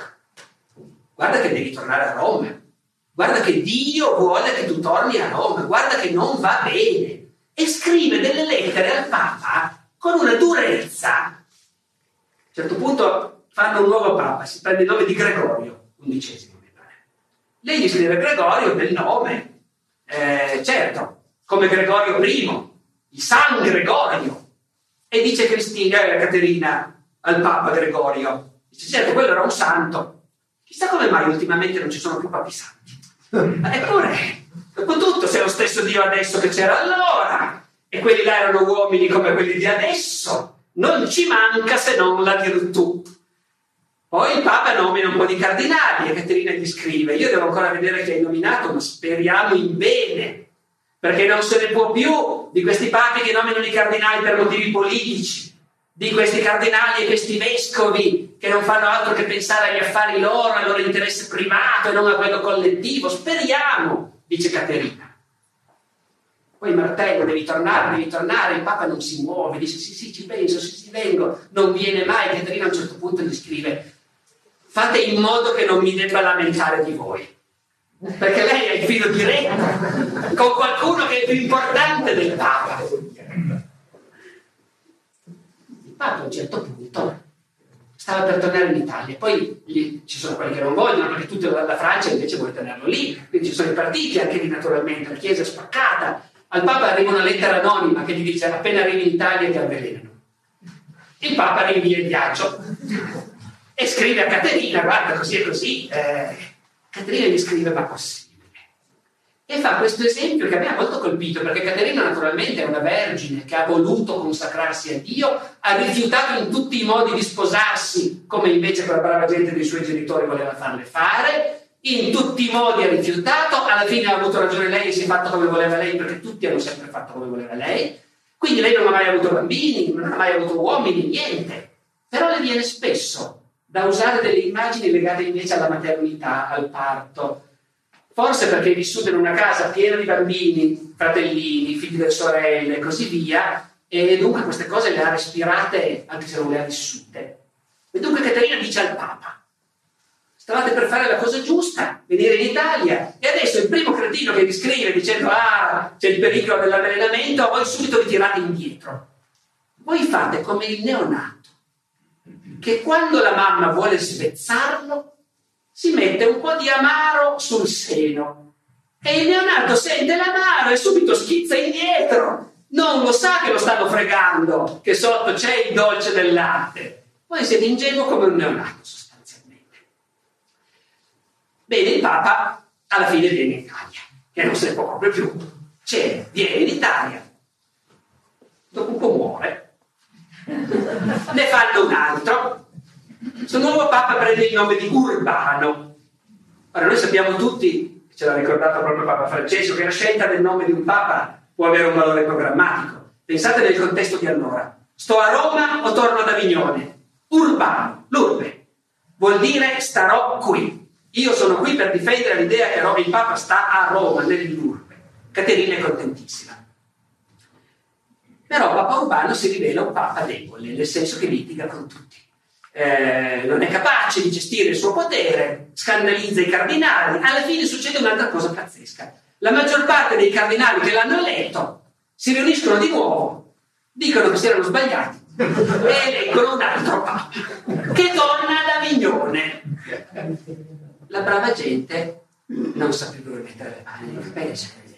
guarda che devi tornare a Roma, guarda che Dio vuole che tu torni a Roma, guarda che non va bene. E scrive delle lettere al Papa con una durezza. A un certo punto fanno un nuovo Papa, si prende il nome di Gregorio XI, mi pare. Lei gli scrive Gregorio del nome, certo, come Gregorio I, il San Gregorio. E dice Caterina al Papa Gregorio, dice certo, quello era un santo, chissà come mai ultimamente non ci sono più papi santi. Eppure, dopo tutto, se è lo stesso Dio adesso che c'era allora, e quelli là erano uomini come quelli di adesso, non ci manca se non la virtù. Poi il Papa nomina un po' di cardinali e Caterina gli scrive: io devo ancora vedere chi hai nominato, ma speriamo in bene, perché non se ne può più di questi papi che nominano i cardinali per motivi politici, di questi cardinali e questi vescovi che non fanno altro che pensare agli affari loro, al loro interesse privato e non a quello collettivo. Speriamo, dice Caterina. Poi martello, devi tornare, il Papa non si muove, dice sì, ci penso, sì, vengo, non viene mai. Caterina a un certo punto gli scrive: fate in modo che non mi debba lamentare di voi, perché lei è il filo diretto con qualcuno che è più importante del Papa. Il Papa a un certo punto stava per tornare in Italia. Poi ci sono quelli che non vogliono, perché tutta la Francia invece vuole tenerlo lì, quindi ci sono i partiti anche lì naturalmente, la Chiesa è spaccata. Al Papa arriva una lettera anonima che gli dice: appena arrivi in Italia ti avvelenano. Il Papa rinvia il viaggio e scrive a Caterina: guarda, così e così. Caterina gli scrive: ma possibile? E fa questo esempio che a me ha molto colpito, perché Caterina naturalmente è una vergine che ha voluto consacrarsi a Dio, ha rifiutato in tutti i modi di sposarsi, come invece quella brava gente dei suoi genitori voleva farle fare, in tutti i modi ha rifiutato, alla fine ha avuto ragione lei e si è fatto come voleva lei, perché tutti hanno sempre fatto come voleva lei, quindi lei non ha mai avuto bambini, non ha mai avuto uomini, niente, però le viene spesso da usare delle immagini legate invece alla maternità, al parto. Forse perché è vissuta in una casa piena di bambini, fratellini, figli delle sorelle e così via, e dunque queste cose le ha respirate anche se non le ha vissute. E dunque Caterina dice al Papa: stavate per fare la cosa giusta, venire in Italia, e adesso il primo cretino che vi scrive dicendo c'è il pericolo dell'avvelenamento, voi subito vi tirate indietro. Voi fate come il neonato, che quando la mamma vuole svezzarlo si mette un po' di amaro sul seno e il neonato sente l'amaro e subito schizza indietro, non lo sa che lo stanno fregando, che sotto c'è il dolce del latte. Voi siete ingenuo come un neonato sostanzialmente. Bene, il Papa alla fine viene in Italia, che non se ne può proprio più, viene in Italia, dopo un po' muore, ne fanno un altro. Questo nuovo Papa prende il nome di Urbano. Ora, noi sappiamo tutti, ce l'ha ricordato proprio Papa Francesco, che la scelta del nome di un Papa può avere un valore programmatico. Pensate nel contesto di allora: sto a Roma o torno ad Avignone? Urbano, l'urbe, vuol dire starò qui. Io sono qui per difendere l'idea che il Papa sta a Roma, nell'urbe. Caterina è contentissima. Però Papa Urbano si rivela un Papa debole, nel senso che litiga con tutti. Non è capace di gestire il suo potere, scandalizza i cardinali. Alla fine succede un'altra cosa pazzesca: la maggior parte dei cardinali che l'hanno eletto si riuniscono di nuovo, dicono che si erano sbagliati e eleggono un altro Papa che torna ad Avignone. La brava gente non sa più dove mettere le mani nei capelli.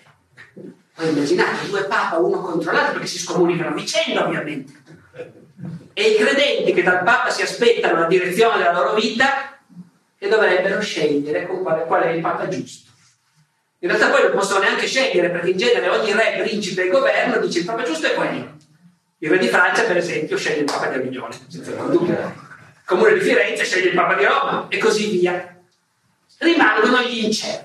Poi immaginate due Papa uno contro l'altro, perché si scomunicano a vicenda ovviamente. E i credenti che dal Papa si aspettano la direzione della loro vita e dovrebbero scegliere qual è il Papa giusto. In realtà poi non possono neanche scegliere, perché in genere ogni re, principe e governo dice il Papa giusto è quello. Il re di Francia, per esempio, sceglie il Papa di Avignone, senza dubbio. Il Comune di Firenze sceglie il Papa di Roma e così via. Rimangono gli incerti.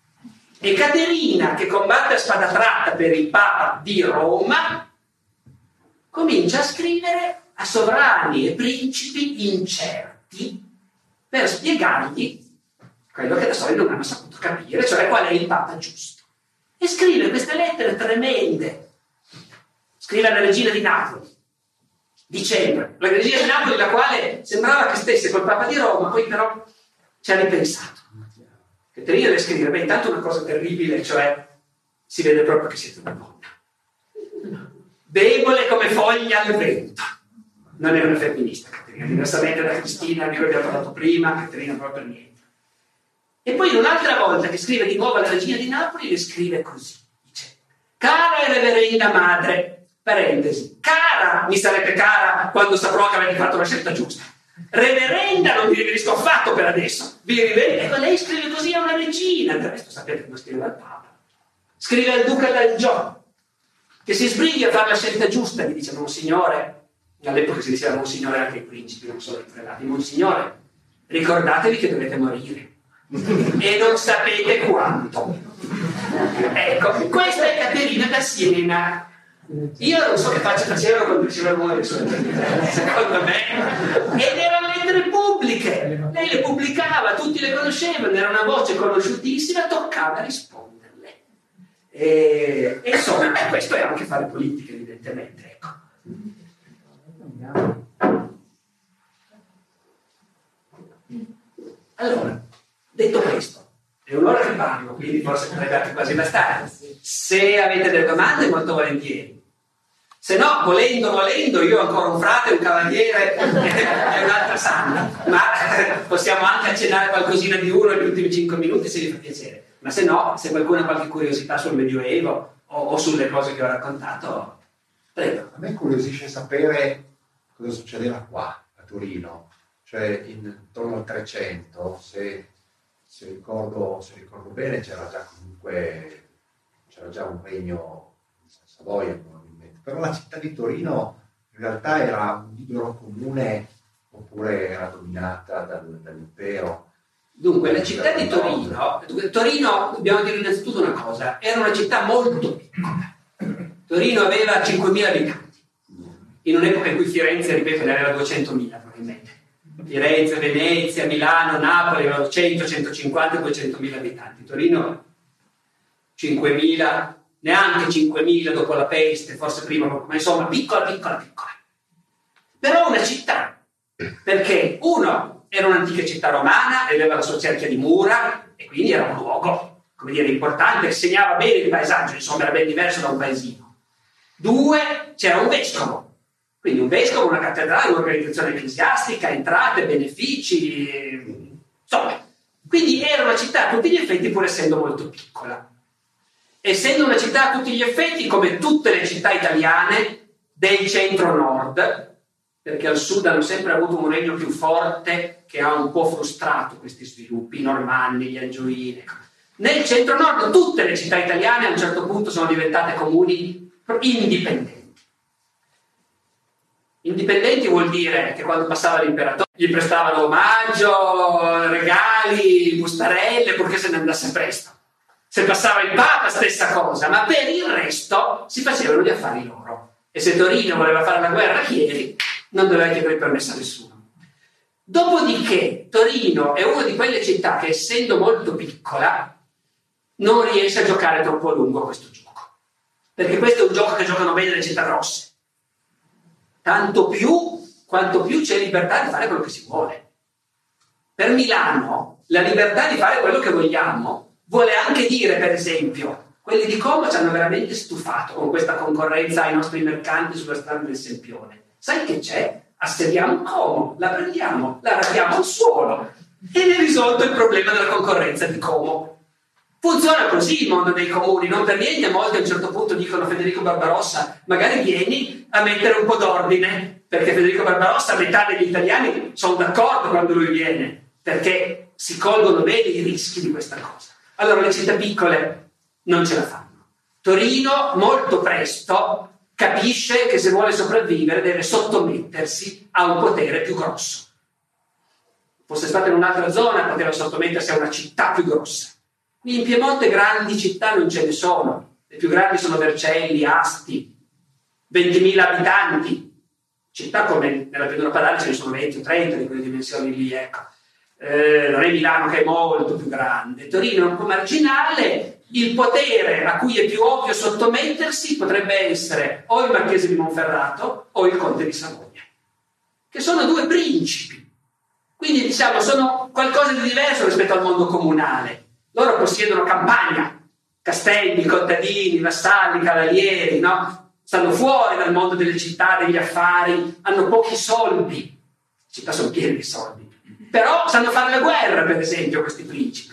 E Caterina, che combatte a spada tratta per il Papa di Roma, comincia a scrivere a sovrani e principi incerti per spiegargli quello che da soli non hanno saputo capire, cioè qual è il Papa giusto. E scrive queste lettere tremende. Scrive alla regina di Napoli, dicendo, la regina di Napoli, la quale sembrava che stesse col Papa di Roma, poi però ci ha ripensato. Caterina le scrive: intanto una cosa terribile, cioè si vede proprio che siete una donna, debole come foglia al vento. Non è una femminista Caterina, diversamente da Cristina, di cui abbiamo parlato prima. Caterina proprio per niente. E poi un'altra volta che scrive di nuovo alla regina di Napoli, le scrive così, dice: cara e reverenda madre, parentesi, cara mi sarete cara quando saprò che avete fatto la scelta giusta, reverenda non vi riverisco affatto per adesso, vi riverisco. Lei scrive così a una regina, del resto sapete come scrive al Papa, scrive al duca d'Angiò, che si sbrighi a fare la scelta giusta, gli dice: monsignore, all'epoca si diceva monsignore anche ai principi, non solo ai prelati, monsignore, ricordatevi che dovete morire e non sapete quanto. Ecco, questa è Caterina da Siena. Io non so che facevano quando dicevano muore secondo me, ed erano lettere pubbliche, lei le pubblicava, tutti le conoscevano, era una voce conosciutissima, toccava risponderle. E insomma, questo è anche fare politica, evidentemente, ecco. Allora, detto questo, è un'ora che parlo, quindi forse potrebbe anche quasi bastare. Se avete delle domande, molto volentieri. Se no, volendo, io ho ancora un frate, un cavaliere e un'altra Sandra, ma possiamo anche accennare qualcosina di uno negli ultimi 5 minuti se vi fa piacere. Ma se no, se qualcuno ha qualche curiosità sul Medioevo o sulle cose che ho raccontato, prego. A me incuriosisce sapere cosa succedeva qua a Torino, cioè intorno al 300, se ricordo bene, c'era già un regno di Savoia probabilmente, però la città di Torino in realtà era un libero comune oppure era dominata dall'impero. Dunque, la città di Torino, dobbiamo dire innanzitutto una cosa, era una città molto piccola. Torino aveva 5.000 abitanti, in un'epoca in cui Firenze, ripeto, ne aveva 200.000 probabilmente. Firenze, Venezia, Milano, Napoli avevano 100, 150, 200.000 abitanti. Torino 5.000, neanche 5.000 dopo la peste, forse prima, ma insomma piccola. Però una città, perché uno era un'antica città romana, aveva la sua cerchia di mura e quindi era un luogo, come dire, importante, che segnava bene il paesaggio, insomma era ben diverso da un paesino. 2, c'era un vescovo, quindi un vescovo, una cattedrale, un'organizzazione ecclesiastica, entrate, benefici, insomma. Quindi era una città a tutti gli effetti, pur essendo molto piccola. Essendo una città a tutti gli effetti, come tutte le città italiane del centro-nord, perché al sud hanno sempre avuto un regno più forte che ha un po' frustrato questi sviluppi, i Normanni, gli Angioini. Nel centro-nord tutte le città italiane a un certo punto sono diventate comuni indipendenti. Indipendenti vuol dire che quando passava l'imperatore gli prestavano omaggio, regali, bustarelle, purché se ne andasse presto. Se passava il Papa, stessa cosa, ma per il resto si facevano gli affari loro. E se Torino voleva fare la guerra a Chieri, non doveva chiedere permesso a nessuno. Dopodiché Torino è una di quelle città che, essendo molto piccola, non riesce a giocare troppo a lungo questo gioco, perché questo è un gioco che giocano bene le città grosse, tanto più quanto più c'è libertà di fare quello che si vuole. Per Milano la libertà di fare quello che vogliamo vuole anche dire, per esempio, quelli di Como ci hanno veramente stufato con questa concorrenza ai nostri mercanti sulla strada del Sempione. Sai che c'è? Assediamo Como, la prendiamo, la radiamo al suolo e ne è risolto il problema della concorrenza di Como. Funziona così il mondo dei comuni, non per niente molti a un certo punto dicono: Federico Barbarossa, magari vieni a mettere un po' d'ordine, perché Federico Barbarossa, metà degli italiani sono d'accordo quando lui viene, perché si colgono bene i rischi di questa cosa. Allora le città piccole non ce la fanno. Torino molto presto capisce che se vuole sopravvivere deve sottomettersi a un potere più grosso. Fosse stata in un'altra zona, poteva sottomettersi a una città più grossa. Qui in Piemonte grandi città non ce ne sono. Le più grandi sono Vercelli, Asti, 20.000 abitanti. Città come nella pianura padana ce ne sono 20 o 30 di quelle dimensioni lì, ecco. Non è Milano che è molto più grande. Torino è un po' marginale. Il potere a cui è più ovvio sottomettersi potrebbe essere o il Marchese di Monferrato o il Conte di Savoia, che sono 2 principi. Quindi diciamo sono qualcosa di diverso rispetto al mondo comunale. Loro possiedono campagna, castelli, contadini, vassalli, cavalieri, no? Stanno fuori dal mondo delle città, degli affari, hanno pochi soldi. Le città sono piene di soldi. Però sanno fare la guerra, per esempio, questi principi.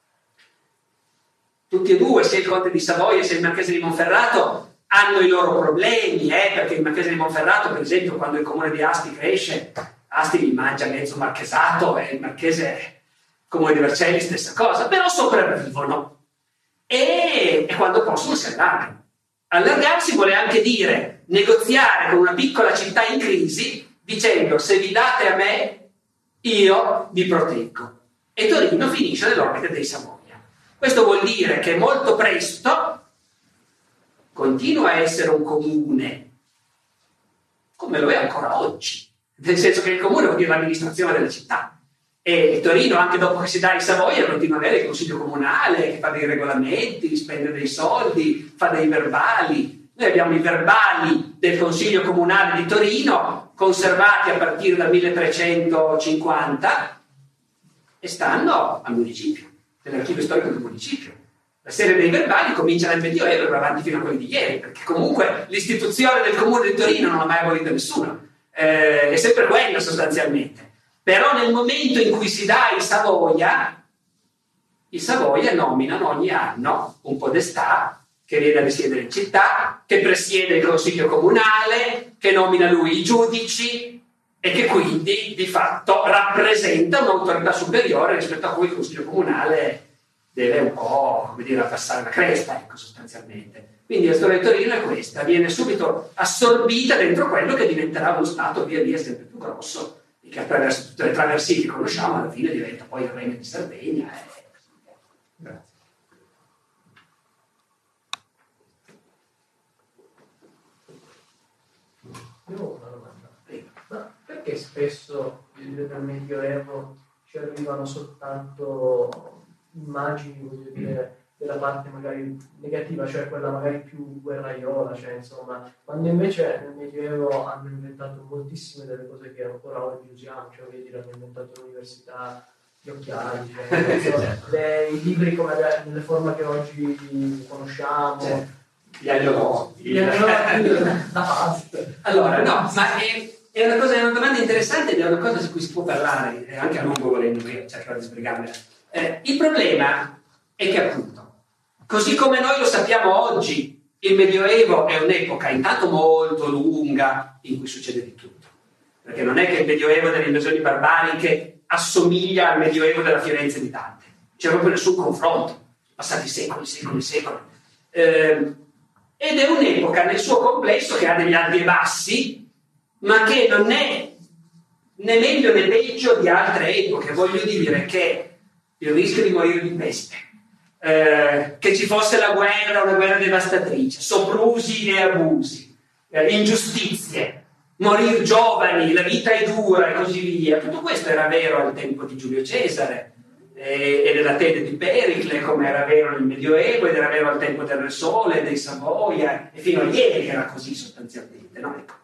Tutti e 2, sia il Conte di Savoia sia il Marchese di Monferrato, hanno i loro problemi, perché il Marchese di Monferrato, per esempio, quando il comune di Asti cresce, Asti gli mangia mezzo marchesato e il Marchese, comune di Vercelli, stessa cosa, però sopravvivono e quando possono si allargano. Allargarsi vuole anche dire negoziare con una piccola città in crisi dicendo: se vi date a me, io vi proteggo. E Torino finisce nell'orbita dei Savoia. Questo vuol dire che molto presto continua a essere un comune, come lo è ancora oggi, nel senso che il comune vuol dire l'amministrazione della città. E Torino, anche dopo che si dà ai Savoia, continua ad avere il consiglio comunale che fa dei regolamenti, spende dei soldi, fa dei verbali. Noi abbiamo i verbali del consiglio comunale di Torino, conservati a partire dal 1350, e stanno al municipio, nell'archivio storico del municipio. La serie dei verbali comincia dal Medioevo e va avanti fino a quelli di ieri, perché comunque l'istituzione del Comune di Torino non l'ha mai abolita nessuno, è sempre quella sostanzialmente. Però nel momento in cui si dà i Savoia nominano ogni anno un podestà che viene a risiedere in città, che presiede il consiglio comunale, che nomina lui i giudici e che quindi di fatto rappresenta un'autorità superiore rispetto a cui il consiglio comunale deve un po', come dire, abbassare la cresta, ecco, sostanzialmente. Quindi la storia di Torino è questa, viene subito assorbita dentro quello che diventerà uno Stato via via sempre più grosso e che attraverso tutte le traversie che conosciamo alla fine diventa poi il Regno di Sardegna. Grazie. Io ho una domanda. Ma perché spesso nel Medioevo ci arrivano soltanto immagini, voglio dire, della parte magari negativa, cioè quella magari più guerraiola, cioè insomma, quando invece nel Medioevo hanno inventato moltissime delle cose che ancora oggi usiamo, cioè voglio dire, hanno inventato l'università, gli occhiali, cioè, i libri come nelle forme che oggi conosciamo, Gli agnolotti, la pasta. Allora, no, ma è una domanda interessante ed è una cosa su cui si può parlare, anche a lungo volendo, io cercherò di spiegarmela. Il problema è che appunto, così come noi lo sappiamo oggi, il Medioevo è un'epoca intanto molto lunga in cui succede di tutto, perché non è che il Medioevo delle invasioni barbariche assomiglia al Medioevo della Firenze di Dante, c'è proprio nessun confronto, passati secoli. Ed è un'epoca nel suo complesso che ha degli alti e bassi, ma che non è né meglio né peggio di altre epoche. Voglio dire che il rischio di morire di peste, che ci fosse la guerra, una guerra devastatrice, soprusi e abusi, ingiustizie, morire giovani, la vita è dura e così via. Tutto questo era vero al tempo di Giulio Cesare e nella Tede di Pericle, come era vero nel Medioevo ed era vero al tempo del Re Sole, dei Savoia e fino a ieri era così sostanzialmente, no? Ecco.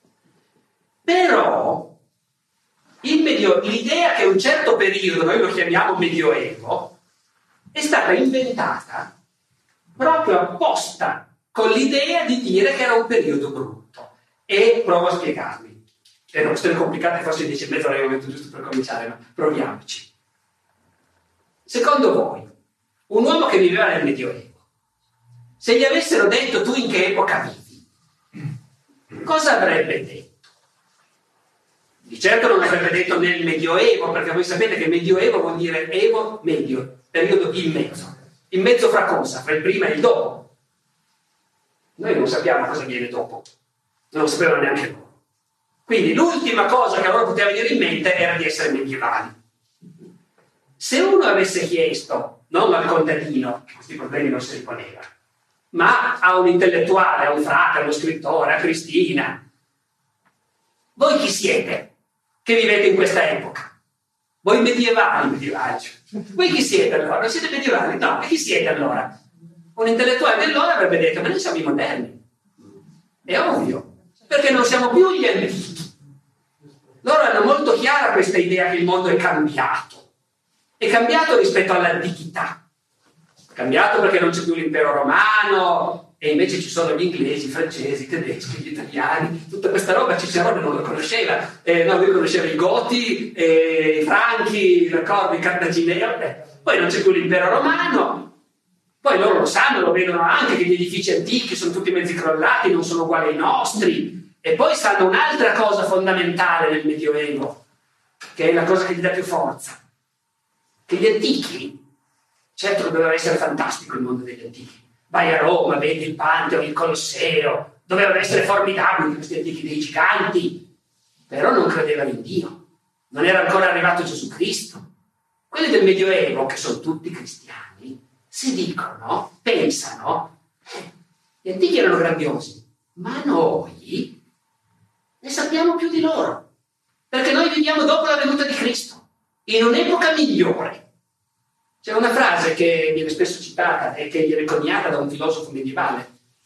Però l'idea che un certo periodo, noi lo chiamiamo Medioevo, è stata inventata proprio apposta con l'idea di dire che era un periodo brutto. E provo a spiegarmi. È una questione complicata, forse 10 e mezzo era il momento giusto per cominciare, ma proviamoci. Secondo voi, un uomo che viveva nel Medioevo, se gli avessero detto tu in che epoca vivi, cosa avrebbe detto? Di certo non avrebbe detto nel Medioevo, perché voi sapete che Medioevo vuol dire evo, medio, periodo in mezzo. In mezzo fra cosa? Fra il prima e il dopo. Noi non sappiamo cosa viene dopo, non lo sapevano neanche loro. Quindi l'ultima cosa che a loro poteva venire in mente era di essere medievali. Se uno avesse chiesto, non al contadino, che questi problemi non si riponeva, ma a un intellettuale, a un frate, a uno scrittore, a Cristina, voi chi siete che vivete in questa epoca? Voi medievali. Voi chi siete allora? Non siete medievali? No, e chi siete allora? Un intellettuale dell'ora avrebbe detto, ma noi siamo i moderni. È ovvio, perché non siamo più gli antichi. Loro hanno molto chiara questa idea che il mondo è cambiato. È cambiato rispetto all'antichità. È cambiato perché non c'è più l'impero romano e invece ci sono gli inglesi, i francesi, i tedeschi, gli italiani. Tutta questa roba Cicerone non lo conosceva. Lui conosceva i Goti, i Franchi, i Cartaginei. Poi non c'è più l'impero romano. Poi loro lo sanno, lo vedono anche che gli edifici antichi sono tutti mezzi crollati, non sono uguali ai nostri. E poi sanno un'altra cosa fondamentale nel Medioevo, che è la cosa che gli dà più forza. Che gli antichi, certo doveva essere fantastico il mondo degli antichi, vai a Roma, vedi il Pantheon, il Colosseo, dovevano essere formidabili questi antichi, dei giganti, però non credevano in Dio, non era ancora arrivato Gesù Cristo. Quelli del Medioevo, che sono tutti cristiani, si dicono, pensano, gli antichi erano grandiosi, ma noi ne sappiamo più di loro, perché noi viviamo dopo la venuta di Cristo. In un'epoca migliore. C'è una frase che viene spesso citata e che viene coniata da un filosofo medievale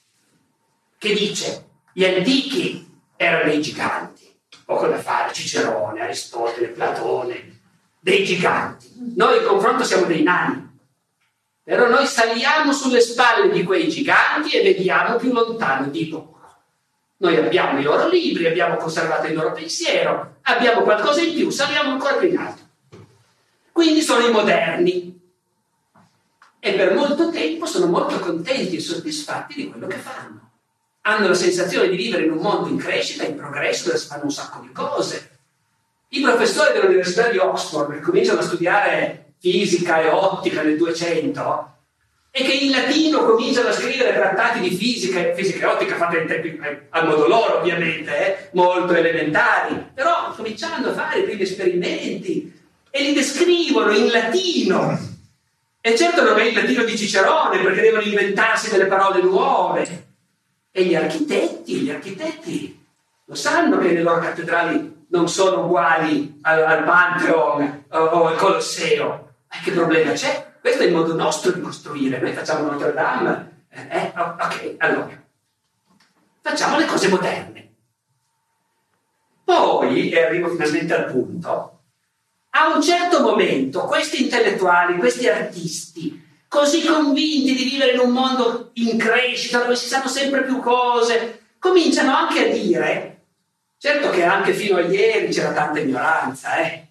che dice gli antichi erano dei giganti, poco da fare, Cicerone, Aristotele, Platone, dei giganti. Noi in confronto siamo dei nani. Però noi saliamo sulle spalle di quei giganti e vediamo più lontano di loro. Noi abbiamo i loro libri, abbiamo conservato il loro pensiero, abbiamo qualcosa in più, saliamo ancora più in alto. Quindi sono i moderni. E per molto tempo sono molto contenti e soddisfatti di quello che fanno. Hanno la sensazione di vivere in un mondo in crescita, in progresso, dove si fanno un sacco di cose. I professori dell'Università di Oxford, che cominciano a studiare fisica e ottica nel 200, e che in latino cominciano a scrivere trattati di fisica e ottica fatte in tempi al modo loro, ovviamente, molto elementari, però cominciando a fare i primi esperimenti e li descrivono in latino. E certo non è il latino di Cicerone, perché devono inventarsi delle parole nuove. E gli architetti lo sanno che le loro cattedrali non sono uguali al Pantheon o al Colosseo. Ma che problema c'è? Questo è il modo nostro di costruire. Noi facciamo Notre Dame. Ok, allora. Facciamo le cose moderne. Poi, e arrivo finalmente al punto, a un certo momento questi intellettuali, questi artisti, così convinti di vivere in un mondo in crescita, dove si sanno sempre più cose, cominciano anche a dire, certo che anche fino a ieri c'era tanta ignoranza,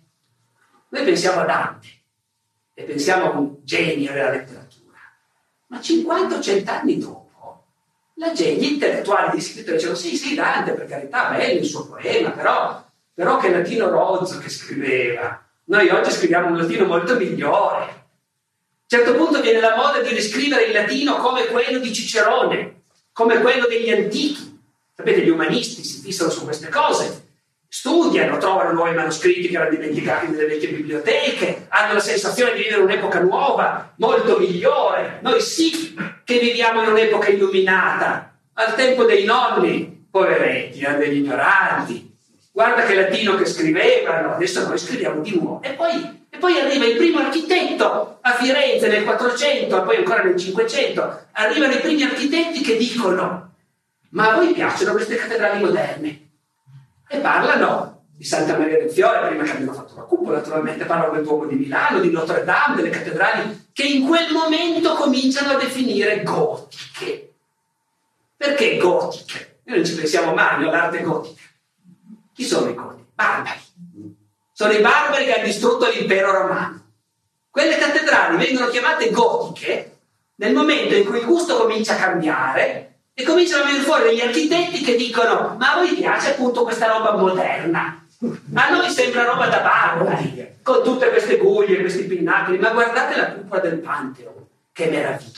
Noi pensiamo a Dante e pensiamo a un genio della letteratura, ma 50 o 100 anni dopo, gli intellettuali, gli scrittori dicevano sì, Dante, per carità, bello il suo poema, però che latino rozzo che scriveva. Noi oggi scriviamo un latino molto migliore. A un certo punto viene la moda di riscrivere il latino come quello di Cicerone, come quello degli antichi. Sapete, gli umanisti si fissano su queste cose, studiano, trovano nuovi manoscritti che erano dimenticati nelle vecchie biblioteche, hanno la sensazione di vivere un'epoca nuova, molto migliore. Noi sì che viviamo in un'epoca illuminata. Al tempo dei nonni, poveretti, degli ignoranti. Guarda che latino che scrivevano, adesso noi scriviamo di nuovo. E poi arriva il primo architetto a Firenze nel 400 e poi ancora nel 500. Arrivano i primi architetti che dicono: ma a voi piacciono queste cattedrali moderne? E parlano di Santa Maria del Fiore, prima che abbiano fatto la cupola, naturalmente parlano del Duomo di Milano, di Notre Dame, delle cattedrali che in quel momento cominciano a definire gotiche. Perché gotiche? Noi non ci pensiamo mai all'arte gotica. Chi sono i goti? Barbari. Sono i barbari che hanno distrutto l'impero romano. Quelle cattedrali vengono chiamate gotiche nel momento in cui il gusto comincia a cambiare e cominciano a venire fuori degli architetti che dicono: ma a voi piace appunto questa roba moderna? A noi sembra roba da barbari, con tutte queste guglie, questi pinnacoli, ma guardate la cupola del Pantheon, che meraviglia.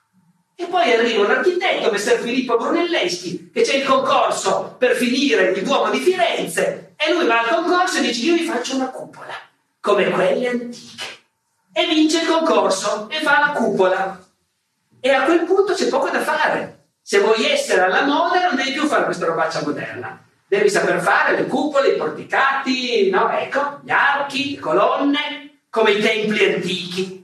E poi arriva un architetto, Messer Filippo Brunelleschi, che c'è il concorso per finire il Duomo di Firenze, e lui va al concorso e dice: io vi faccio una cupola, come quelle antiche. E vince il concorso e fa la cupola. E a quel punto c'è poco da fare. Se vuoi essere alla moda non devi più fare questa robaccia moderna. Devi saper fare le cupole, i porticati, gli archi, le colonne, come i templi antichi.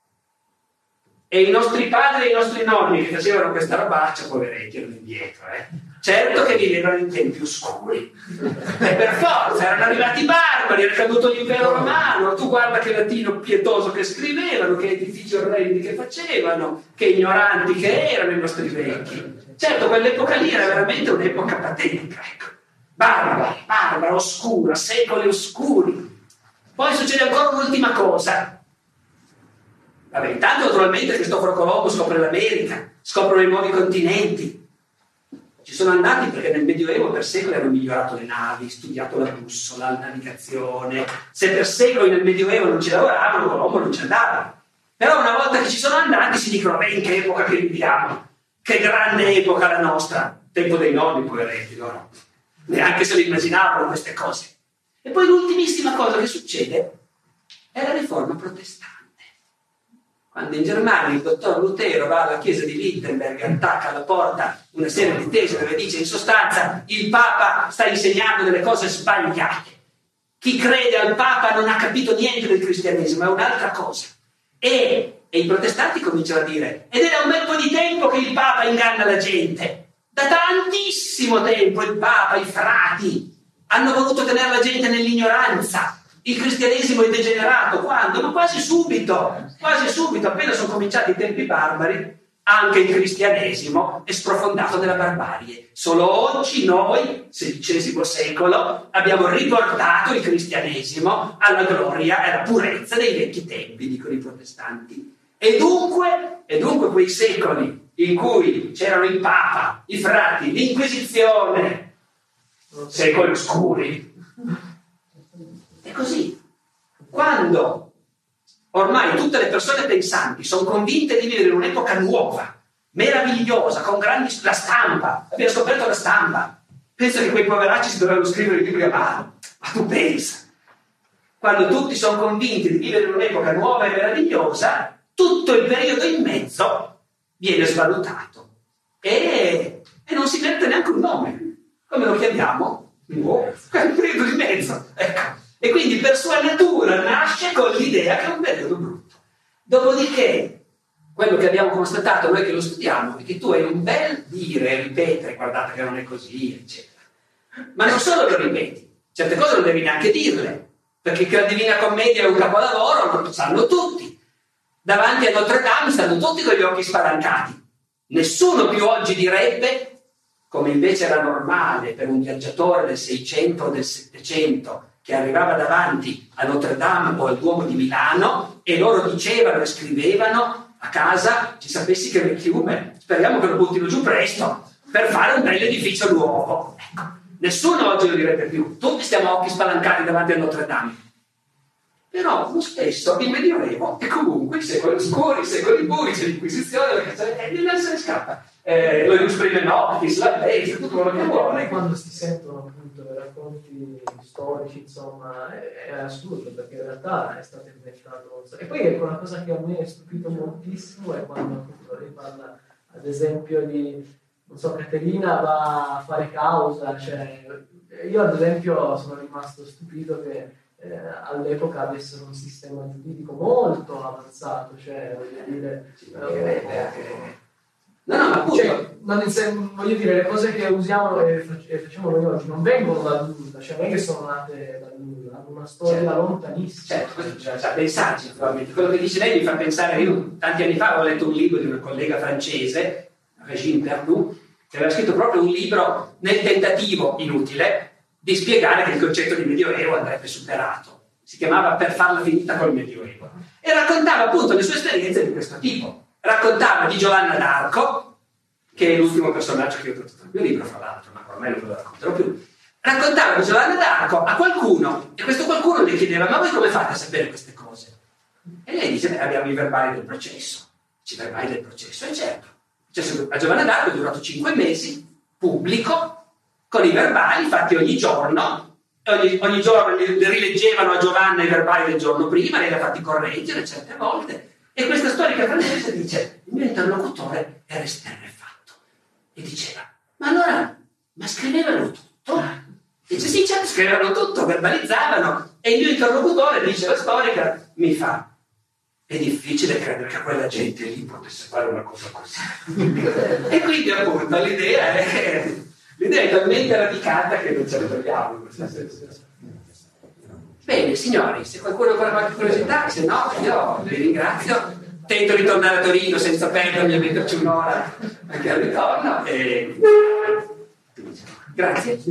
E i nostri padri e i nostri nonni che facevano questa robaccia, poveretti, erano indietro. Certo che vivevano in tempi oscuri. E per forza, erano arrivati i barbari, era caduto l'impero romano. Tu guarda che latino pietoso che scrivevano, che edifici orrendi che facevano, che ignoranti che erano i nostri vecchi. Certo, quell'epoca lì era veramente un'epoca patetica, barbara, oscura, secoli oscuri. Poi succede ancora un'ultima cosa. Vabbè, intanto naturalmente Cristoforo Colombo scopre l'America, scoprono i nuovi continenti. Ci sono andati perché nel Medioevo per secoli hanno migliorato le navi, studiato la bussola, la navigazione. Se per secoli nel Medioevo non ci lavoravano, Colombo non ci andava. Però una volta che ci sono andati si dicono: in che epoca che viviamo? Che grande epoca la nostra! Tempo dei nonni, poveretti, loro neanche se lo immaginavano queste cose. E poi l'ultimissima cosa che succede è la riforma protestante. Quando in Germania il dottor Lutero va alla chiesa di Wittenberg e attacca alla porta una serie di tesi dove dice in sostanza: il Papa sta insegnando delle cose sbagliate, chi crede al Papa non ha capito niente del cristianesimo, è un'altra cosa. E i protestanti cominciano a dire: ed è da un bel po' di tempo che il Papa inganna la gente, da tantissimo tempo il Papa, i frati hanno voluto tenere la gente nell'ignoranza, il cristianesimo è degenerato. Quando? Ma quasi subito, appena sono cominciati i tempi barbari, anche il cristianesimo è sprofondato nella barbarie. Solo oggi noi, XVI secolo, abbiamo riportato il cristianesimo alla gloria e alla purezza dei vecchi tempi, dicono i protestanti. E dunque quei secoli in cui c'erano il Papa, i frati, l'Inquisizione, secoli oscuri. È così. Quando ormai tutte le persone pensanti sono convinte di vivere in un'epoca nuova, meravigliosa, con grandi... La stampa, abbiamo scoperto la stampa. Penso che quei poveracci si dovevano scrivere i libri a mano. Ma tu pensa. Quando tutti sono convinti di vivere in un'epoca nuova e meravigliosa, tutto il periodo in mezzo viene svalutato. E non si mette neanche un nome. Come lo chiamiamo? Nuovo. È il periodo in mezzo. Ecco. E quindi per sua natura nasce con l'idea che è un periodo brutto. Dopodiché, quello che abbiamo constatato noi che lo studiamo è che tu hai un bel dire, ripetere, guardate che non è così, eccetera. Ma non solo lo ripeti, certe cose non devi neanche dirle, perché che la Divina Commedia è un capolavoro, lo sanno tutti. Davanti a Notre Dame stanno tutti con gli occhi spalancati. Nessuno più oggi direbbe, come invece era normale per un viaggiatore del 600 o del 700, che arrivava davanti a Notre Dame o al Duomo di Milano e loro dicevano e scrivevano a casa, ci sapessi che vecchiume, speriamo che lo buttino giù presto per fare un bel edificio nuovo. Ecco. Nessuno oggi lo direbbe più, tutti stiamo a occhi spalancati davanti a Notre Dame. Però lo stesso il Medioevo e comunque i secoli oscuri, i secoli bui, c'è l'Inquisizione, non se ne scappa. Lo illustrime noctis, la legge, tutto quello che vuole. Quando si sentono appunto racconti storici, insomma, è assurdo, perché in realtà è stato inventato. E poi ecco, una cosa che a me è stupito moltissimo è quando appunto lei parla, ad esempio, di, non so, Caterina va a fare causa, cioè, io ad esempio sono rimasto stupito che all'epoca avessero un sistema giuridico molto avanzato, cioè, voglio dire... voglio dire, le cose che usiamo e facciamo noi oggi non vengono da nulla, cioè non è che sono nate da nulla, hanno una storia lontanissima. Certo, pensarci naturalmente. Quello che dice lei mi fa pensare, io tanti anni fa ho letto un libro di una collega francese, Régine Pernoud, che aveva scritto proprio un libro nel tentativo inutile di spiegare che il concetto di Medioevo andrebbe superato. Si chiamava Per farla finita col Medioevo. E raccontava appunto le sue esperienze di questo tipo. Raccontava di Giovanna d'Arco, che è l'ultimo personaggio che io ho tratto nel mio libro, fra l'altro, ma ormai non ve lo racconterò più. Raccontava di Giovanna d'Arco a qualcuno, e questo qualcuno le chiedeva: ma voi come fate a sapere queste cose? E lei dice: abbiamo i verbali del processo. I verbali del processo, e certo. Cioè, a Giovanna d'Arco è durato 5 mesi, pubblico, con i verbali fatti ogni giorno, ogni giorno li rileggevano a Giovanna i verbali del giorno prima, lei li ha fatti correggere certe volte. E questa storica francese dice: il mio interlocutore era esterrefatto e diceva: ma scrivevano tutto? Dice: sì, certo, scrivevano tutto, verbalizzavano. E il mio interlocutore, dice la storica, mi fa: è difficile credere che quella gente lì potesse fare una cosa così. E quindi appunto l'idea è talmente radicata che non ce la togliamo in questo senso. Bene, signori, se qualcuno ha ancora qualche curiosità, se no io vi ringrazio. Tento di tornare a Torino senza perdermi e metterci un'ora anche al ritorno. E... Grazie.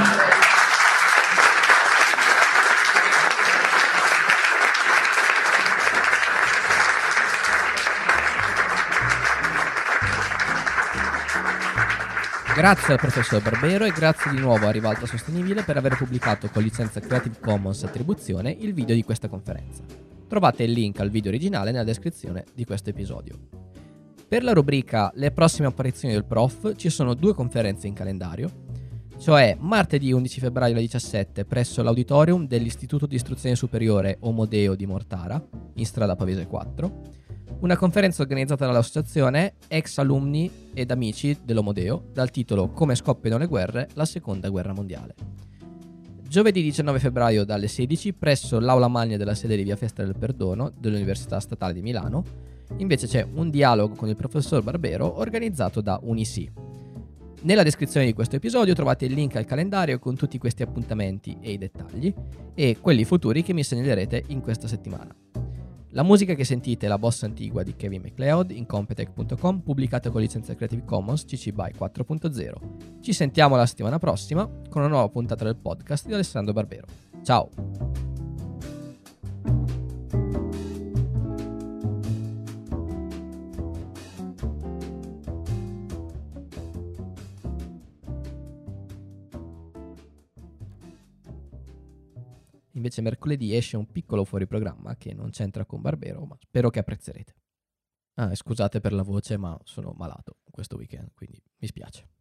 Grazie al professor Barbero e grazie di nuovo a Rivalta Sostenibile per aver pubblicato con licenza Creative Commons Attribuzione il video di questa conferenza. Trovate il link al video originale nella descrizione di questo episodio. Per la rubrica Le prossime apparizioni del prof ci sono 2 conferenze in calendario, cioè martedì 11 febbraio alle 17 presso l'auditorium dell'Istituto di Istruzione Superiore Omodeo di Mortara, in strada Pavese 4, una conferenza organizzata dall'associazione ex alunni ed amici dell'Omodeo dal titolo Come scoppiano le guerre, la seconda guerra mondiale. Giovedì 19 febbraio dalle 16 presso l'Aula Magna della sede di Via Festa del Perdono dell'Università Statale di Milano invece c'è un dialogo con il professor Barbero organizzato da Unisi. Nella descrizione di questo episodio trovate il link al calendario con tutti questi appuntamenti e i dettagli, e quelli futuri che mi segnalerete in questa settimana. La musica che sentite è La Bossa Antigua di Kevin MacLeod in Competech.com, pubblicata con licenza Creative Commons CC BY 4.0. Ci sentiamo la settimana prossima con una nuova puntata del podcast di Alessandro Barbero. Ciao! Invece mercoledì esce un piccolo fuoriprogramma che non c'entra con Barbero, ma spero che apprezzerete. Scusate per la voce, ma sono malato questo weekend, quindi mi spiace.